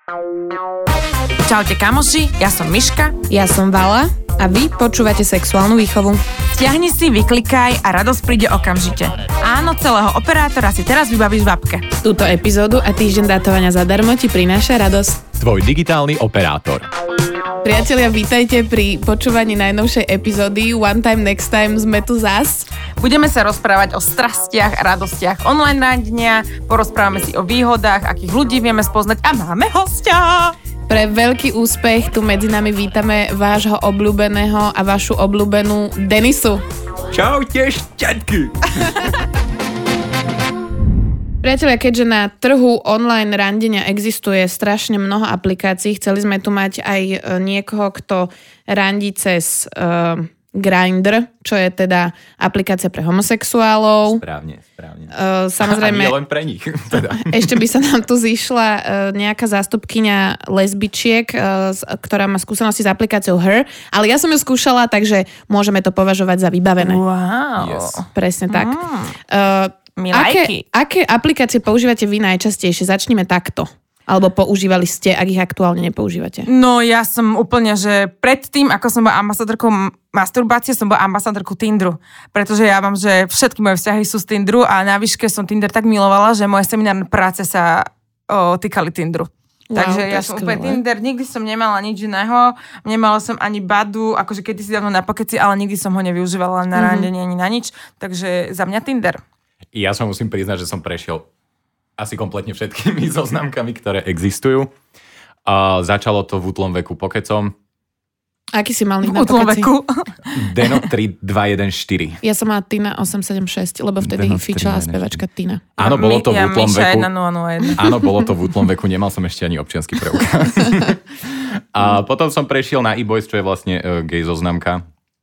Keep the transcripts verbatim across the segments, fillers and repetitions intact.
Čaute kamoši, ja som Miška. Ja som Vala a vy počúvate Sexuálnu výchovu. Stiahni si, vyklikaj a radosť príde okamžite. Áno, celého operátora si teraz vybavíš v apke. Túto epizódu a týždeň dátovania zadarmo ti prináša radosť. Tvoj digitálny operátor. Priatelia, vítajte pri počúvaní najnovšej epizódy One Time Next Time, sme tu zas. Budeme sa rozprávať o strastiach a radostiach online randenia, porozprávame si o výhodách, akých ľudí vieme spoznať a máme hostia. Pre veľký úspech tu medzi nami vítame vášho obľúbeného a vašu obľúbenú Denisu. Čaute, šťatky! Priatelia, keďže na trhu online randenia existuje strašne mnoho aplikácií, chceli sme tu mať aj niekoho, kto randí cez uh, Grindr, čo je teda aplikácia pre homosexuálov. Správne, správne. Uh, samozrejme, a nie len pre nich. Teda. Ešte by sa nám tu zišla uh, nejaká zástupkyňa lesbičiek, uh, ktorá má skúsenosti s aplikáciou Her, ale ja som ju skúšala, takže môžeme to považovať za vybavené. Wow. Yes. Presne tak. Mm. Uh, aké, aké aplikácie používate vy najčastejšie? Začnime takto. Alebo používali ste, ak ich aktuálne nepoužívate? No ja som úplne, že predtým, ako som bola ambasadorkou masturbácie, som bola ambasadorkou Tinderu. Pretože ja mám, že všetky moje vzťahy sú z Tinderu a na výške som Tinder tak milovala, že moje seminárne práce sa o, týkali Tinderu. Wow, Takže ja som úplne Tinder, nikdy som nemala nič iného, nemala som ani Badu, akože keď si dávno na pokeci, ale nikdy som ho nevyužívala na mm-hmm. randenie ani na nič. Takže za mňa Tinder. Ja sa musím priznať, že som prešiel asi kompletne všetkými zoznamkami, ktoré existujú. A začalo to v útlom veku pokecom. Aký si mal v na útlom pokeci? veku? Deno tri dva jeden štyri. Ja som mala Tina osem sedem šesť, lebo vtedy Deno fičala tri, spevačka Tina. Áno, bolo to v ja, útlom Miša veku. jedna nula nula jeden. Áno, bolo to v útlom veku, nemal som ešte ani občiansky preukaz. A potom som prešiel na eBoys, čo je vlastne uh, gay zoznamka.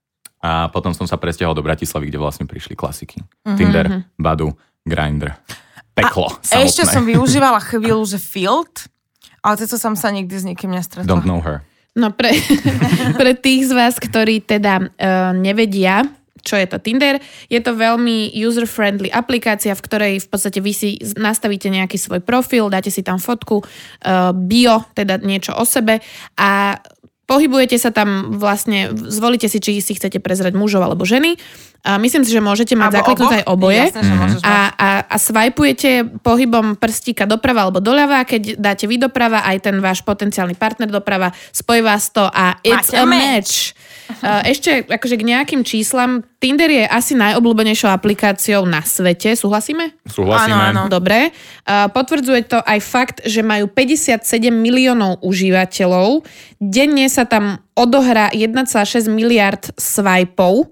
A potom som sa presťahol do Bratislavy, kde vlastne prišli klasiky. Mm-hmm. Tinder, Badu, Grindr. Peklo a samotné. Ešte som využívala chvíľu, že Field, ale to som sa nikdy s nikým nestretla. Don't know her. No pre, pre tých z vás, ktorí teda uh, nevedia, čo je to Tinder, je to veľmi user-friendly aplikácia, v ktorej v podstate vy si nastavíte nejaký svoj profil, dáte si tam fotku, uh, bio, teda niečo o sebe a pohybujete sa tam vlastne, zvolíte si, či si chcete prezrať mužov alebo ženy. A myslím si, že môžete mať zakliknúť aj oboje. Jasne, že môžeš a, a, a swipujete pohybom prstíka doprava alebo doľava. Keď dáte vy doprava, aj ten váš potenciálny partner doprava, spojí vás to a it's Máte a match. match. Ešte akože k nejakým číslam. Tinder je asi najobľúbenejšou aplikáciou na svete. Súhlasíme? Súhlasíme. Áno, áno. Dobre. Potvrdzuje to aj fakt, že majú päťdesiatsedem miliónov užívateľov. Denne sa tam odohrá jeden celá šesť miliárd swipeov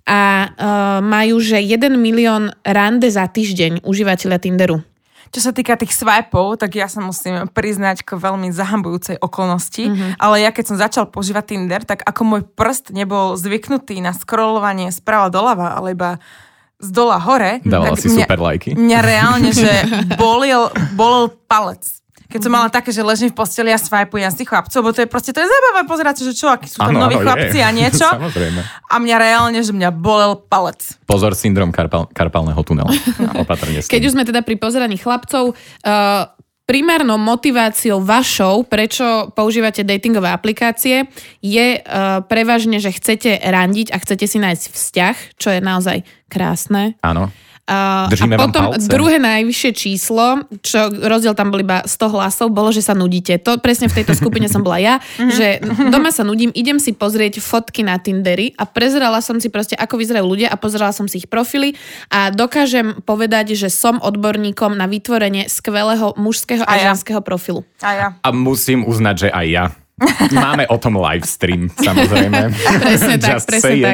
a uh, majú, že jeden milión rande za týždeň užívateľia Tinderu. Čo sa týka tých swipeov, tak ja sa musím priznať k veľmi zahambujúcej okolnosti, Mm-hmm. ale ja keď som začal používať Tinder, tak ako môj prst nebol zvyknutý na scrollovanie sprava doľava, ale iba z dola hore, Dala tak si mňa, super lajky. mňa reálne, že bolil, bolil palec. Keď som mala také, že ležím v posteli a swipujem si chlapcov, bo to je proste, to je zaujímavé pozerať, že čo, akí sú tam Áno, noví áno, chlapci je. a niečo. Samozrejme. A mňa reálne, že mňa bolel palec. Pozor, syndrom karpal, karpálneho tunela. Opatrne s tým. Keď už sme teda pri pozeraní chlapcov, uh, primárnou motiváciou vašou, prečo používate datingové aplikácie, je uh, prevažne, že chcete randiť a chcete si nájsť vzťah, čo je naozaj krásne. Áno. Uh, Držíme a potom vám palce. druhé najvyššie číslo, čo rozdiel tam bol iba sto hlasov, bolo, že sa nudíte. To presne v tejto skupine som bola ja, že doma sa nudím, idem si pozrieť fotky na Tinderi a prezerala som si proste, ako vyzerajú ľudia a pozerala som si ich profily a dokážem povedať, že som odborníkom na vytvorenie skvelého mužského a, A ja. ženského profilu. A ja. A musím uznať, že aj ja. Máme o tom live stream, samozrejme. Presne tak, Just presne saying. tak.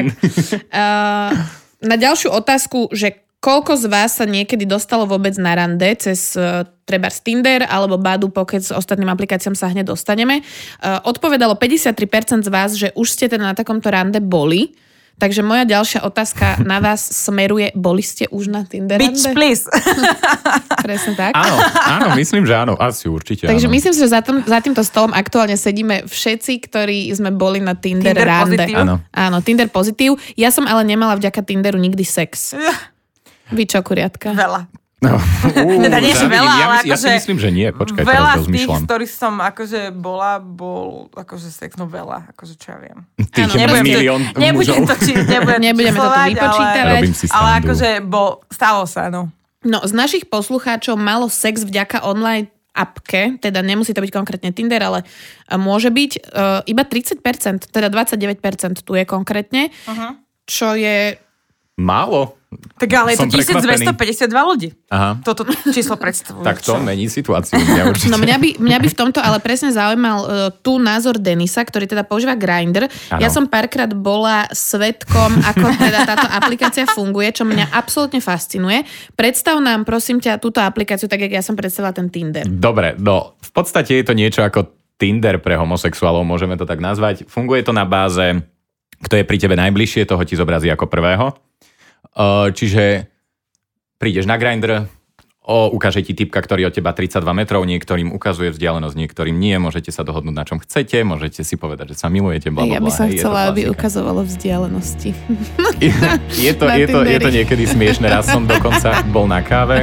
Uh, na ďalšiu otázku, že koľko z vás sa niekedy dostalo vôbec na rande cez uh, trebárs Tinder alebo Badu, pokiaľ s ostatným aplikáciám sa hneď dostaneme. Uh, odpovedalo päťdesiattri percent z vás, že už ste teda na takomto rande boli. Takže moja ďalšia otázka na vás smeruje, boli ste už na Tinder rande? Bitch, please. Presne tak. Áno, áno, myslím, že áno. Asi určite Takže áno. myslím si, že za, tom, za týmto stolom aktuálne sedíme všetci, ktorí sme boli na Tinder, Tinder rande. pozitív. Áno. Áno, Tinder pozitív. Ja som ale nemala vďaka Tinderu nikdy sex. Vy čo, kuriatka? Veľa. No, uh, teda nie, že veľa, ja, ale ja, ja si akože myslím, že nie. Počkaj, veľa teraz z tých, rozmýšľam. z ktorých som akože bola, bol akože sex, no veľa, akože čo ja viem. Ty, Áno, že nebudem to- milión Nebudem mužov. to, či, nebudem Nebudeme to tu číslovať, vypočítavať. ale, Robím si ale srandu. akože bol, stalo sa, no. No, z našich poslucháčov malo sex vďaka online appke, teda nemusí to byť konkrétne Tinder, ale môže byť uh, iba tridsať percent, teda dvadsaťdeväť percent tu je konkrétne, uh-huh. čo je... Málo. Tak ale je to Som prekvapený. tisícdvestopäťdesiatdva ľudí. Aha. Toto číslo predstavuje. Tak to čo? mení situáciu. Mňa určite. No mňa by, mňa by v tomto ale presne zaujímal uh, tu názor Denisa, ktorý teda používa Grindr. Ano. Ja som párkrát bola svedkom, ako teda táto aplikácia funguje, čo mňa absolútne fascinuje. Predstav nám, prosím ťa, túto aplikáciu, tak jak ja som predstavila ten Tinder. Dobre, no v podstate je to niečo ako Tinder pre homosexuálov, môžeme to tak nazvať. Funguje to na báze, kto je pri tebe najbližšie, toho ti zobrazí ako prvého. Uh, čiže prídeš na Grindr, o, ukáže ti typka, ktorý od teba tridsaťdva metrov, niektorým ukazuje vzdialenosť, niektorým nie, môžete sa dohodnúť na čom chcete, môžete si povedať, že sa milujete, blablabla. Ja by som hej, je to chcela, aby klasika. ukazovalo vzdialenosti. Je, je, to, Na je, to, je to Tinderi. niekedy smiešne, raz som dokonca bol na káve.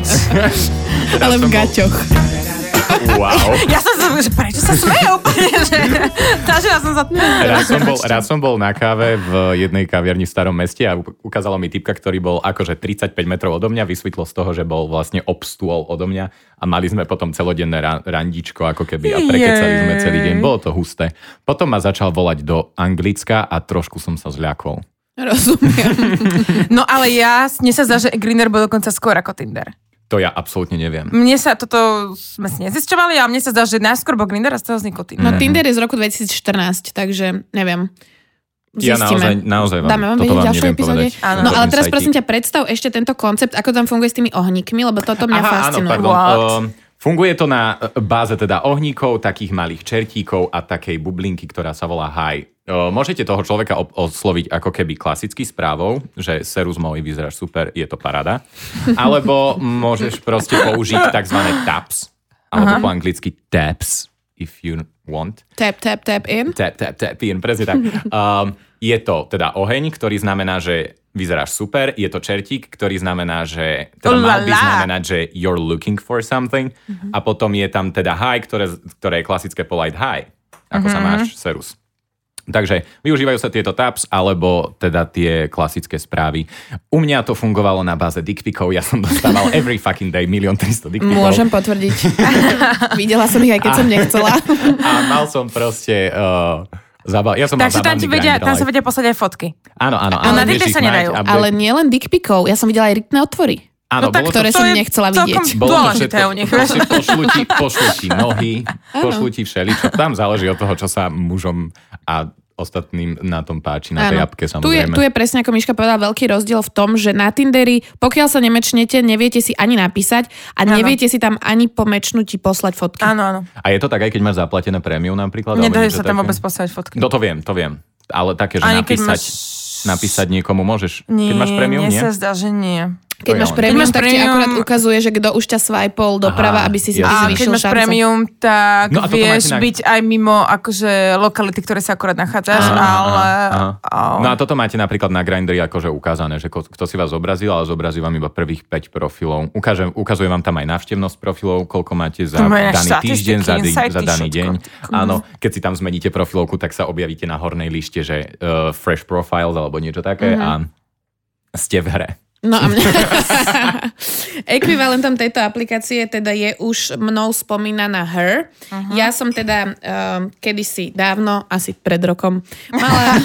Ale v som bol- gaťoch. Wow. Ja som sa, že prečo sa smeje úplne, že zažila som sa... Raz som, bol, raz som bol na káve v jednej kaviarni v starom meste a u- ukázalo mi typka, ktorý bol akože tridsaťpäť metrov odo mňa, vysvetlo z toho, že bol vlastne obstôl odo mňa a mali sme potom celodenné ra- randičko ako keby a prekecali sme celý deň, bolo to husté. Potom ma začal volať do Anglicka a trošku som sa zľakol. Rozumiem. No ale ja, mne sa zdá, že Grindr bol dokonca skôr ako Tinder. To ja absolútne neviem. Mne sa toto, sme si nezisťovali, a mne sa zdá, že najskôr bol Grindr a z toho vznikol Tinder. No Tinder je z roku dvetisícštrnásť, takže neviem. Ja Zistíme. naozaj, naozaj vám, Dáme vám toto vedieť vám ďalšej neviem epizóde. povedať. Áno. No ale teraz Insighty. prosím ťa, predstav ešte tento koncept, ako tam funguje s tými ohníkmi, lebo toto mňa Aha, fascinuje. áno, pardon. What? Um, funguje to na báze teda ohníkov, takých malých čertíkov a takej bublinky, ktorá sa volá Hi. Uh, môžete toho človeka ob- osloviť ako keby klasicky správou, že serus môj, vyzeráš super, je to paráda. Alebo môžeš proste použiť takzvané taps, alebo Aha. po anglicky taps, if you want. Tap, tap, tap in. Tap, tap, tap in, presne tak. Um, je to teda oheň, ktorý znamená, že vyzeráš super, je to čertík, ktorý znamená, že teda mal by Ulala. znamenať, že you're looking for something Mhm. a potom je tam teda hi, ktoré, ktoré je klasické polite hi. Ako sa máš, serus. Takže využívajú sa tieto taps alebo teda tie klasické správy. U mňa to fungovalo na báze dickpikov, ja som dostával every fucking day milión tristo dickpikov. Môžem potvrdiť. Videla som ich, aj keď som nechcela. A mal som proste... Uh, Zabal. Ja som mal Takže tam, zábavný ti vedia, Grindr tam sa life. vedia poslať aj fotky. Áno, áno. A na áno, Tinder vieš sa ich nedajú. nájsť a- Ale nielen dickpikov, ja som videla aj rytné otvory. Áno, tak, bolo ktoré to, som to je nechcela celkom vidieť. bolo to dôležité všetko, u nich. proste pošlu ti, pošlu ti nohy, pošlu ti všeličo. Tam záleží od toho, čo sa mužom a ostatným na tom páči, na tej Áno. apke Tu je, samozrejme. tu je presne, ako Miška povedala, veľký rozdiel v tom, že na Tinderi, pokiaľ sa nemečnete, neviete si ani napísať a Áno. neviete si tam ani po mečnutí poslať fotky. Áno, áno. A je to tak aj keď máš zaplatené prémium napríklad? alebo Nedajú niečo sa tam také? vôbec poslať fotky. No to viem, to viem. Ale také, že Ani keď napísať, máš- napísať niekomu môžeš. Nie, keď máš prémium, mne nie? sa zdá, že nie. Keď To je máš len- premium, Keď máš tak ti premium- akurát ukazuje, že kto už ťa swipol doprava, Aha, aby si si jasne. ty A keď zvýšil máš šance. premium, tak No a toto vieš máte na- byť aj mimo akože lokality, ktoré sa akurát nachádzaš, Áno, ale... aha, aha. ale- No a toto máte napríklad na Grindri akože ukázané, že ko- kto si vás zobrazil, ale zobrazí vám iba prvých päť profilov. Ukáže, ukazuje vám tam aj návštevnosť profilov, koľko máte za To máš daný týždeň, za, di- štatistiky, za daný insighty, deň. všetko. Áno, keď si tam zmeníte profilovku, tak sa objavíte na hornej lište, že uh, fresh profiles alebo niečo také a ste v hre. No a mňa... Ekvivalentom tejto aplikácie teda je už mnou spomínaná Her. Uh-huh. Ja som teda um, kedysi dávno, asi pred rokom, mala...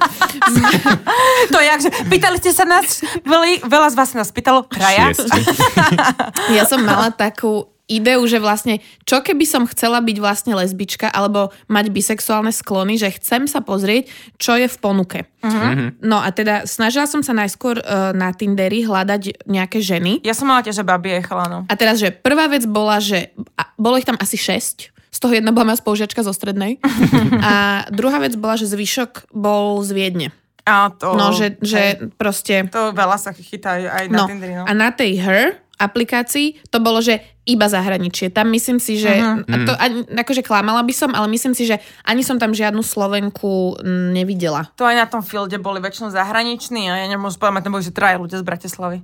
To je jak, že pýtali ste sa nás, veľa, veľa z vás sa nás pýtalo, traja. Šiesti. Ja som mala takú ideu, že vlastne, čo keby som chcela byť vlastne lesbička alebo mať bisexuálne sklony, že chcem sa pozrieť, čo je v ponuke. Uh-huh. No a teda snažila som sa najskôr uh, na Tinderi hľadať nejaké ženy. Ja som mala tiež, že babie chalánov. A teraz, že prvá vec bola, že a, bolo ich tam asi šesť, z toho jedna bola moja spolužiačka zo strednej. A druhá vec bola, že zvyšok bol z Viedne. A to... No, že, že proste... To veľa sa chytá aj na No, Tinderi, no. a na tej Her aplikácii to bolo, že iba zahraničie. Tam myslím si, že... Uh-huh. A to, ani, akože klamala by som, ale myslím si, že ani som tam žiadnu Slovenku mm, nevidela. To aj na tom fielde boli väčšinou zahraniční a ja nemôžem povedať, tam boli, že traja ľudia z Bratislavy.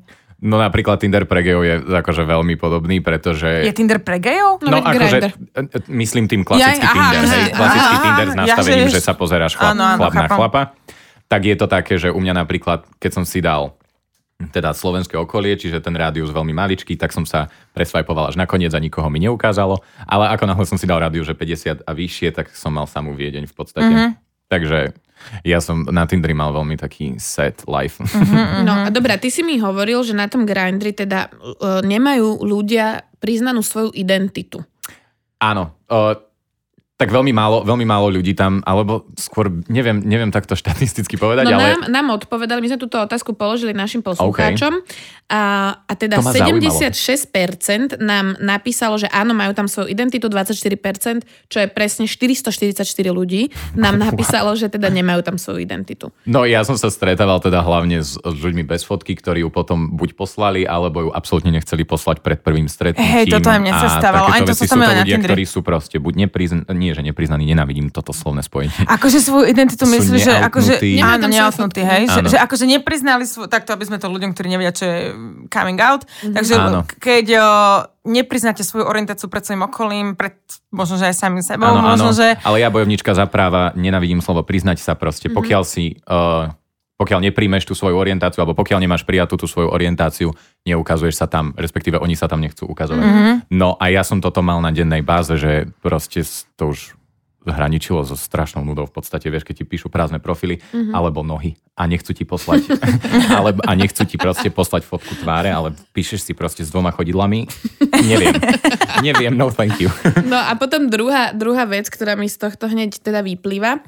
No napríklad Tinder pre gejov je akože veľmi podobný, pretože... Je Tinder pre gejov? No, No akože, Grindr. myslím tým klasický Ja, aha, Tinder, hej, aha, klasický aha, Tinder s ja, nastavením, že- že sa pozeráš chlap, Áno, áno, chlap na chápam. chlapa. Tak je to také, že u mňa napríklad, keď som si dal teda slovenské okolie, čiže ten rádius veľmi maličký, tak som sa presvajpoval až nakoniec a nikoho mi neukázalo, ale ako náhle som si dal rádius, že päťdesiat a vyššie, tak som mal samú Viedeň v podstate. Mhm. Takže ja som na Tinderi mal veľmi taký sad life. No a dobrá, ty si mi hovoril, že na tom Grindri teda uh, nemajú ľudia priznanú svoju identitu. Áno, uh, tak veľmi málo, veľmi málo ľudí tam, alebo skôr, neviem, neviem takto štatisticky povedať, No ale... nám, nám odpovedali, my sme túto otázku položili našim poslucháčom a, a teda To ma sedemdesiatšesť percent nám napísalo, že áno, majú tam svoju identitu, dvadsaťštyri percent, čo je presne štyristoštyridsaťštyri ľudí, nám napísalo, že teda nemajú tam svoju identitu. No ja som sa stretával teda hlavne s, s ľuďmi bez fotky, ktorí ju potom buď poslali, alebo ju absolútne nechceli poslať pred prvým stretnutím. Hej, toto aj mne sa A stávalo. takéto Aj to veci. som Sú to mala na ľudia, Tinderi. ktorí sú proste buď neprizn... nie, že nepriznaní, nenávidím toto slovné spojenie. Akože svoju identitu Sú myslíš, že akože... neoutnutí. Nemajú Áno, tam svoju neoutnutí, fotku. hej? Že, Áno. že akože nepriznali svoj... Takto, aby sme to ľuďom, ktorí nevedia, čo je coming out. Takže Áno. keď o, nepriznáte svoju orientáciu pred svojim okolím, pred možno, že aj samým sebou, Áno, možno, áno, že... ale ja bojovnička za práva nenávidím slovo priznať sa proste. Mhm. Pokiaľ si... Uh, pokiaľ nepríjmeš tú svoju orientáciu, alebo pokiaľ nemáš prijatú tú svoju orientáciu, neukazuješ sa tam, respektíve oni sa tam nechcú ukazovať. Mhm. No a ja som toto mal na dennej báze, že proste to už hraničilo so strašnou nudou v podstate, vieš, keď ti píšu prázdne profily, mm-hmm. alebo nohy a nechcú ti poslať ale, a nechcú ti proste poslať fotku tváre, ale píšeš si proste s dvoma chodidlami. Neviem. Neviem, no thank you. No a potom druhá, druhá vec, ktorá mi z tohto hneď teda vyplýva.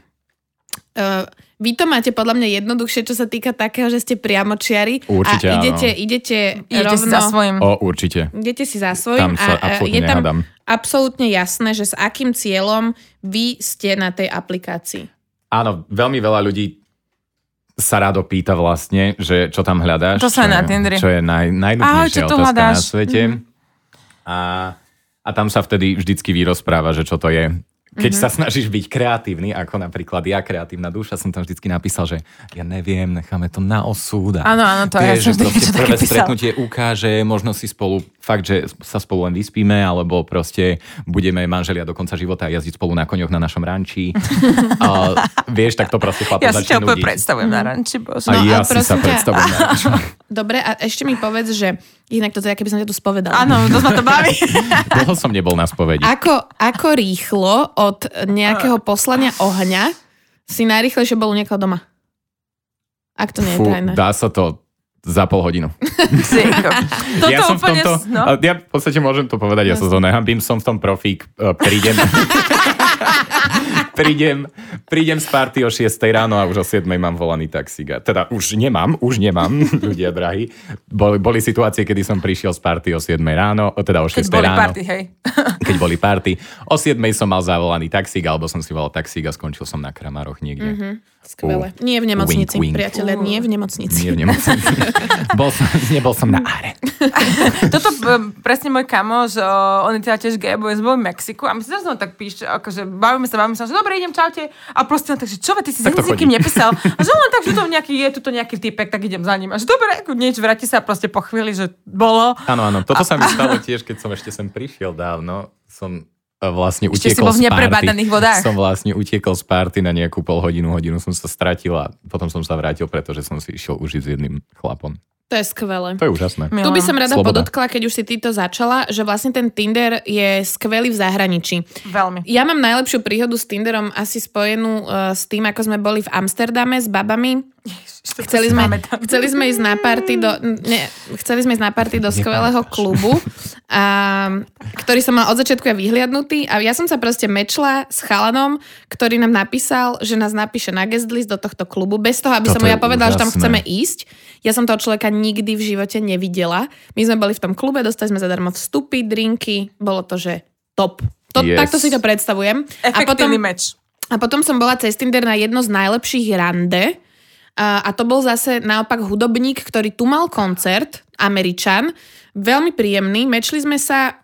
Uh, vy to máte podľa mňa jednoduchšie, čo sa týka takého, že ste priamočiari Určite, a idete, áno. idete, Idete si rovno, za svojím. O, určite. idete si za svojím Tam sa a absolútne je tam nehádam. absolútne jasné, že s akým cieľom vy ste na tej aplikácii. Áno, veľmi veľa ľudí sa rado pýta vlastne, že čo tam hľadáš. To sa čo na je- Tinderi. Čo je naj, Ahoj, najnudnejšia čo tu otázka hľadáš? na svete. Mhm. A, a tam sa vtedy vždycky vyrozpráva, že čo to je. Keď Mhm. sa snažíš byť kreatívny, ako napríklad ja, kreatívna duša, som tam vždycky napísal, že ja neviem, necháme to na osúd. A Áno, áno, to ja vieš, som že vždy proste niečo také prvé písal. stretnutie ukáže, možno si spolu, fakt, že sa spolu len vyspíme, alebo proste budeme manželia do konca života a jazdiť spolu na koňoch na našom ranči. A, vieš, tak to proste chlapom Ja si ťa začne úplne nudiť. predstavujem na ranči, bože. A No ja a si prosím sa ťa- predstavujem na ranči. Dobre, a ešte mi povedz, že inak toto je, keby som ťa tu spovedala. Áno, dosť ma to baví. Dlho som nebol na spovedi. Ako, ako rýchlo od nejakého poslania ohňa si najrýchlejšie bol u niekoho doma? Ak to nie je Fú, tajné. dá sa to za pol hodinu. Sýko. Toto ja som v úplne... tomto, no. ale ja v podstate môžem to povedať, ja sa to nehambím, som v tom profík, e, prídem, prídem, prídem z party o šiestej ráno a už o siedmej mám volaný taxík. A teda už nemám, už nemám, ľudia drahí. Boli, boli situácie, kedy som prišiel z party o siedmej ráno, teda o Keď šiestej boli ráno. party, hej. Keď boli party. O siedmej som mal zavolaný taxík, alebo som si volal taxík a skončil som na Kramároch niekde. Mhm, skvelé. U- Nie v nemocnici, wink, wink. priatelia, nie v nemocnici. Nie v nemocnici. Bol som, nebol som na áre. Toto e, presne môj kamoš, o, on je teda tiež gay, bo je z Mexiku a my si zase tak píše, akože bavíme sa, bavíme sa, že dobre, idem, čaute. A proste on tak, že čo, ty si Tak to s nikým chodí. nepísal. A že on len tak, že to nejaký, je tu nejaký typek, tak idem za ním. A že dobre, ako nič, vráti sa proste po chvíli, že bolo. Áno, áno. Toto sa mi stalo tiež, keď som ešte sem prišiel dávno. Som e, vlastne Ešte si utiekol bol v z party. neprebádaných vodách. Som vlastne utiekol z party na nejakú pol hodinu, hodinu som sa stratil a potom som sa vrátil, pretože som si išiel užiť s jedným chlapom. To je skvelé. To je úžasné. Tu by som rada Sloboda. podotkla, keď už si ty to začala, že vlastne ten Tinder je skvelý v zahraničí. Veľmi. Ja mám najlepšiu príhodu s Tinderom asi spojenú uh, s tým, ako sme boli v Amsterdame s babami. Chceli sme, chceli sme ísť na party do, ne, chceli sme ísť na party do skvelého klubu, a, ktorý som mal od začiatku aj vyhliadnutý a ja som sa proste mečla s chalanom, ktorý nám napísal, že nás napíše na guest list do tohto klubu, bez toho, aby som Toto mu je ja povedala, že tam úžasné. chceme ísť. Ja som toho človeka nikdy v živote nevidela. My sme boli v tom klube, dostali sme zadarmo vstupy, drinky, bolo to, že top. To, Yes. Takto si to predstavujem. A potom, Efektívny meč. a potom som bola cez Tinder na jedno z najlepších rande. A, a to bol zase naopak hudobník, ktorý tu mal koncert, Američan, veľmi príjemný. Mečli sme sa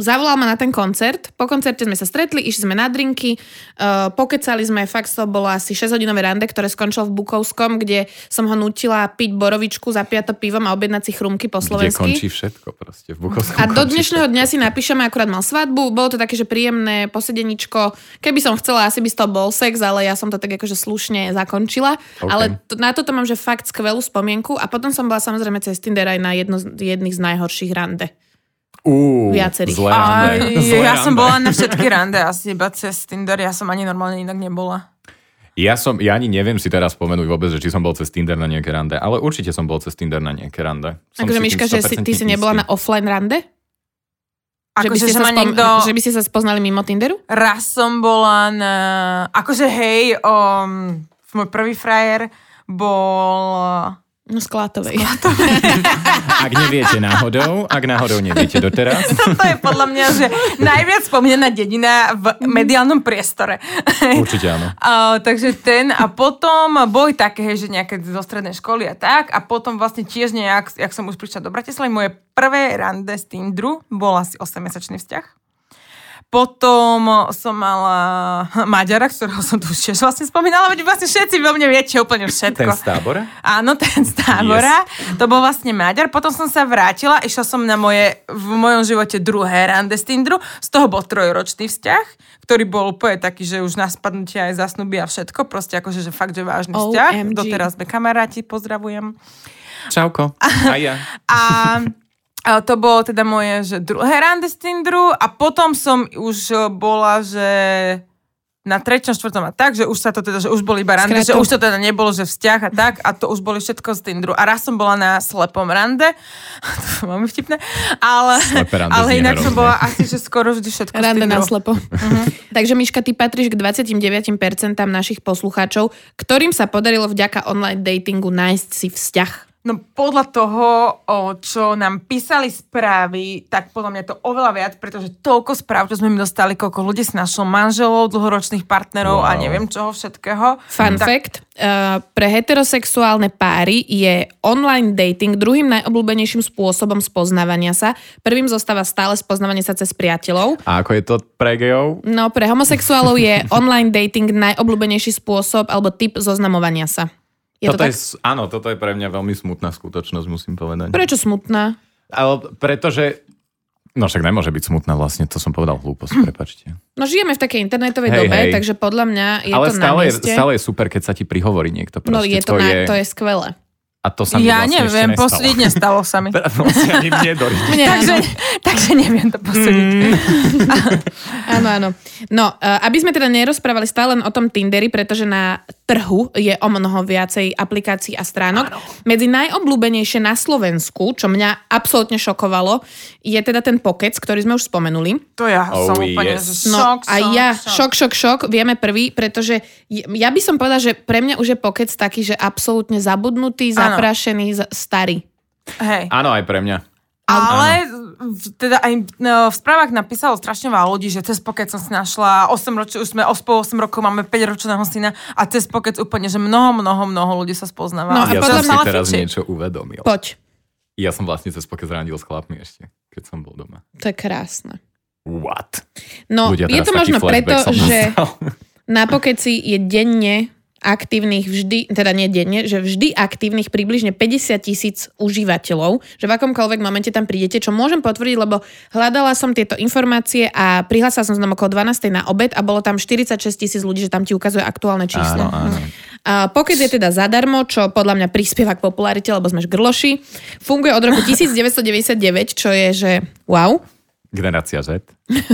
Zavolal ma na ten koncert, po koncerte sme sa stretli, išli sme na drinky, uh, pokecali sme, fakt to bolo asi šesťhodinové rande, ktoré skončilo v Bukovskom, kde som ho nutila piť borovičku, zapíjať to pivom a objednať si chrumky po slovensky. Kde končí všetko proste, v Bukovskom. A do dnešného dňa si napíšeme, akurát mal svadbu, bolo to také, že príjemné posedeničko. Keby som chcela, asi by z toho bol sex, ale ja som to tak akože slušne zakončila. Okay. Ale to, na toto mám, že fakt skvelú spomienku a potom som bola samozrejme cez Tinder aj na jedno, jedných z najhorších rande. Uh, Viacerých. Zlé rande. Aj, Zlé ja rande. som bola na všetky rande asi iba cez Tinder, ja som ani normálne inak nebola. Ja som, ja ani neviem si teraz spomenúť vôbec, že či som bol cez Tinder na nejaké rande, ale určite som bol cez Tinder na nejaké rande. Som Akože si Miška, tým že si, ty si nebola istý. na offline rande? Že by, Akože, ste že sa ma spom- niekto... že by ste sa spoznali mimo Tinderu? Raz som bola na... Akože hej, um, môj prvý frajer bol... No z Klátovej. Ak neviete náhodou, ak náhodou neviete doteraz. To je podľa mňa, že najviac spomínaná dedina v mediálnom priestore. Určite áno. Uh, takže ten a potom boli také, hej, že nejaké zo strednej školy a tak a potom vlastne tiež nejak, jak som už prišla do Bratislavy, moje prvé rande z Tinderu bol asi osemmesačný vzťah. Potom som mala Maďara, ktorého som tu už tiež vlastne spomínala, veď vlastne všetci vo mne viete úplne všetko. Ten z Tábora? Áno, ten z Tábora. Yes. To bol vlastne Maďar. Potom som sa vrátila, išla som na moje, v mojom živote druhé rande z Tinderu. Z toho bol trojročný vzťah, ktorý bol úplne taký, že už na spadnutie aj zasnuby a všetko. Proste akože, že fakt, že vážny vzťah. O M G. Doteraz sme kamaráti, pozdravujem. Čauko. A ja. A... A to bolo teda moje, že druhé rande z Tinderu a potom som už bola, že na treťom, štvrtom a tak, že už sa to teda, že už boli iba rande, že už to teda nebolo, že vzťah a tak a to už boli všetko z Tinderu. A raz som bola na slepom rande, to máme vtipné, ale, ale inak som bola asi, že skoro vždy všetko rande z Tinderu. na slepo. Uh-huh. Takže Miška, ty patríš k dvadsaťdeväť percent našich poslucháčov, ktorým sa podarilo vďaka online datingu nájsť si vzťah. No podľa toho, o, čo nám písali správy, tak podľa mňa to oveľa viac, pretože toľko správ, čo sme mi dostali, koľko ľudí si našlo manželov, dlhoročných partnerov wow. a neviem čoho všetkého. Fun tak... fact, uh, pre heterosexuálne páry je online dating druhým najobľúbenejším spôsobom spoznávania sa. Prvým zostáva stále spoznávanie sa cez priateľov. A ako je to pre gejov? No, pre homosexuálov je online dating najobľúbenejší spôsob alebo typ zoznamovania sa. Je toto to je, áno, toto je pre mňa veľmi smutná skutočnosť, musím povedať. Prečo smutná? Ale pretože... No však nemôže byť smutná vlastne, to som povedal hlúposť, prepáčte. No žijeme v takej internetovej hej, dobe, hej. takže podľa mňa je ale to stále na mieste. Ale stále je super, keď sa ti prihovorí niekto. Proste. No je to, to, na, je... to je skvelé. A to sa mi ja vlastne neviem, ešte nestalo. posúdiť nestalo sa mi. Vlastne ani mne doriť. takže, takže neviem to posúdiť. Mm. Áno, áno. No, aby sme teda nerozprávali stále len o tom Tinderi, pretože na trhu je o mnoho viacej aplikácií a stránok. Áno. Medzi najobľúbenejšie na Slovensku, čo mňa absolútne šokovalo, je teda ten Pokec, ktorý sme už spomenuli. To ja oh, som úplne, yes. že No šok, a šok, ja, šok. šok, šok, šok, vieme prvý, pretože ja by som povedala, že pre mňa už je Pokec taký, že absolútne zabudnutý, Áno. zaprašený, starý. Hej. Áno, aj pre mňa. Ale v- teda aj no, v správach napísalo strašne veľa ľudí, že cez Pokec som si našla osem ročí, už sme spolu osem rokov, máme päťročného syna a cez Pokec úplne, že mnoho, mnoho, mnoho ľudí sa spoznáva. No, a Ja podľa som si mňa- teraz fiči. niečo uvedomil. Poď, Ja som vlastne cez Pokec randil s chlapmi ešte, keď som bol doma. to je krásne. What? No, Ľudia, je teraz to taký možno flashback preto, som že dostal. na Pokeci je denne aktívnych vždy, teda nie denne, že vždy aktívnych približne päťdesiat tisíc užívateľov, že v akomkoľvek momente tam prídete, čo môžem potvrdiť, lebo hľadala som tieto informácie a prihlásila som sa tam okolo dvanástej na obed a bolo tam štyridsaťšesť tisíc ľudí, že tam ti ukazuje aktuálne číslo. Áno, áno. A Pokec je teda zadarmo, čo podľa mňa prispieva k popularite, lebo sme žgrloši. Funguje od roku devätnásťstodeväťdesiatdeväť, čo je, že wow. Generácia Z.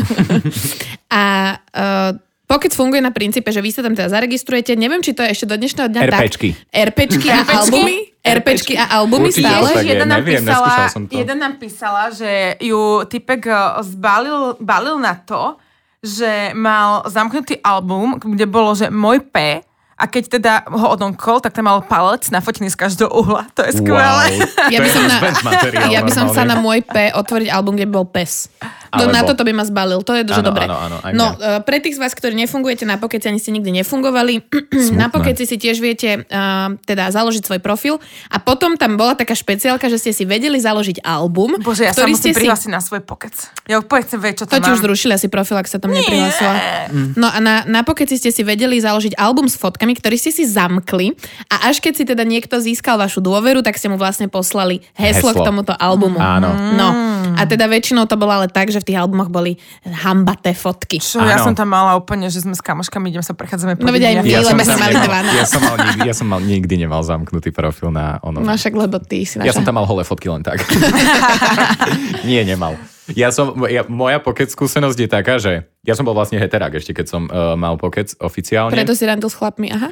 A uh, Pokec funguje na princípe, že vy sa tam teda zaregistrujete. Neviem, či to je ešte do dnešného dňa RPčky. tak. RPčky. a albumy. RPčky a albumy Určite stále. to tak je. Jeden nám, Neviem, písala, neskúšal som to. jeden nám písala, že ju typek zbalil, balil na to, že mal zamknutý album, kde bolo, že môj P A keď teda ho odomkol, tak tam mal palec nafotený z každého uhla. To je skvelé. Wow. Ja by som, na, materiál, ja by som sa normálne. na môj P otvoriť album, kde by bol pes. Alebo... Na toto by ma zbalil, to je že áno, dobre. Áno, áno, aj no, uh, pre tých z vás, ktorí nefungujete na Pokeci, ani ste nikdy nefungovali, na Pokeci si tiež viete uh, teda založiť svoj profil a potom tam bola taká špeciálka, že ste si vedeli založiť album. Bože, ja sa musím si... prihlásiť na svoj Pokec. Ja úplne chcem vedieť, čo to tam ti mám. už zrušili asi profil, ak sa tam neprihlásila. No a na, na Pokeci ste si vedeli založiť album s fotkami, ktorý ste si zamkli a až keď si teda niekto získal vašu dôveru, tak ste mu vlastne poslali heslo, heslo. k tomuto albumu. Áno. No. A teda väčšinou to bolo ale tak, že v tých albumoch boli hambaté fotky. Čo, ja som tam mala úplne, že sme s kamoškami, idem sa prechádzame po No veď aj my, ja lebo sme mali dvanásť. Ja som, mal nikdy, ja som mal nikdy nemal zamknutý profil na ono. No však, lebo ty si naša. Ja som tam mal holé fotky len tak. Nie, nemal. Ja som, ja, moja Pokec skúsenosť je taká, že ja som bol vlastne heterák ešte, keď som uh, mal Pokec oficiálne. Preto si randil s chlapmi, aha.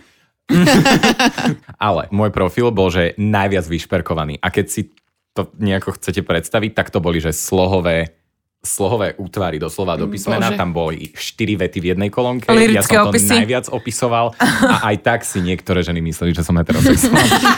Ale môj profil bol, že najviac vyšperkovaný. A keď si to nejako chcete predstaviť, tak to boli, že slohové slohové útvary doslova do písmena, tam boli štyri vety v jednej kolónke. Lirické ja som to opisy. najviac opisoval a aj tak si niektoré ženy mysleli, že som heterosexuál.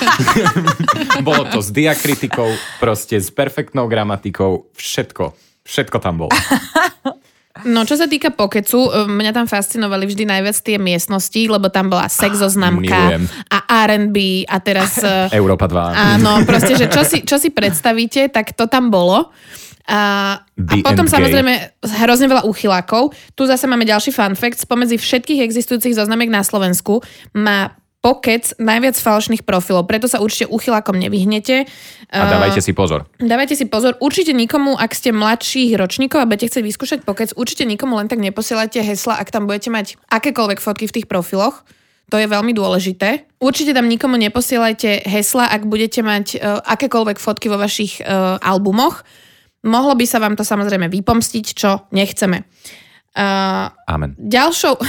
Bolo to s diakritikou, proste s perfektnou gramatikou, všetko, všetko tam bolo. No, čo sa týka Pokecu, mňa tam fascinovali vždy najviac tie miestnosti, lebo tam bola sexoznamka a er and bí a teraz... Európa dva. Áno, proste, že čo si, čo si predstavíte, tak to tam bolo. A, a potom samozrejme hrozne veľa úchylákov. Tu zase máme ďalší fun fact. Spomedzi všetkých existujúcich zoznamiek na Slovensku má Pokec najviac falošných profilov, preto sa určite úchylákom nevyhnete. A dávajte si pozor. Dávajte si pozor. Určite nikomu, ak ste mladších ročníkov a budete chcieť vyskúšať Pokec, určite nikomu len tak neposielajte hesla, ak tam budete mať akékoľvek fotky v tých profiloch. To je veľmi dôležité. Určite tam nikomu neposielajte hesla, ak budete mať uh, akékoľvek fotky vo vašich uh, albumoch. Mohlo by sa vám to samozrejme vypomstiť, čo nechceme. Uh, Amen. Ďalšou,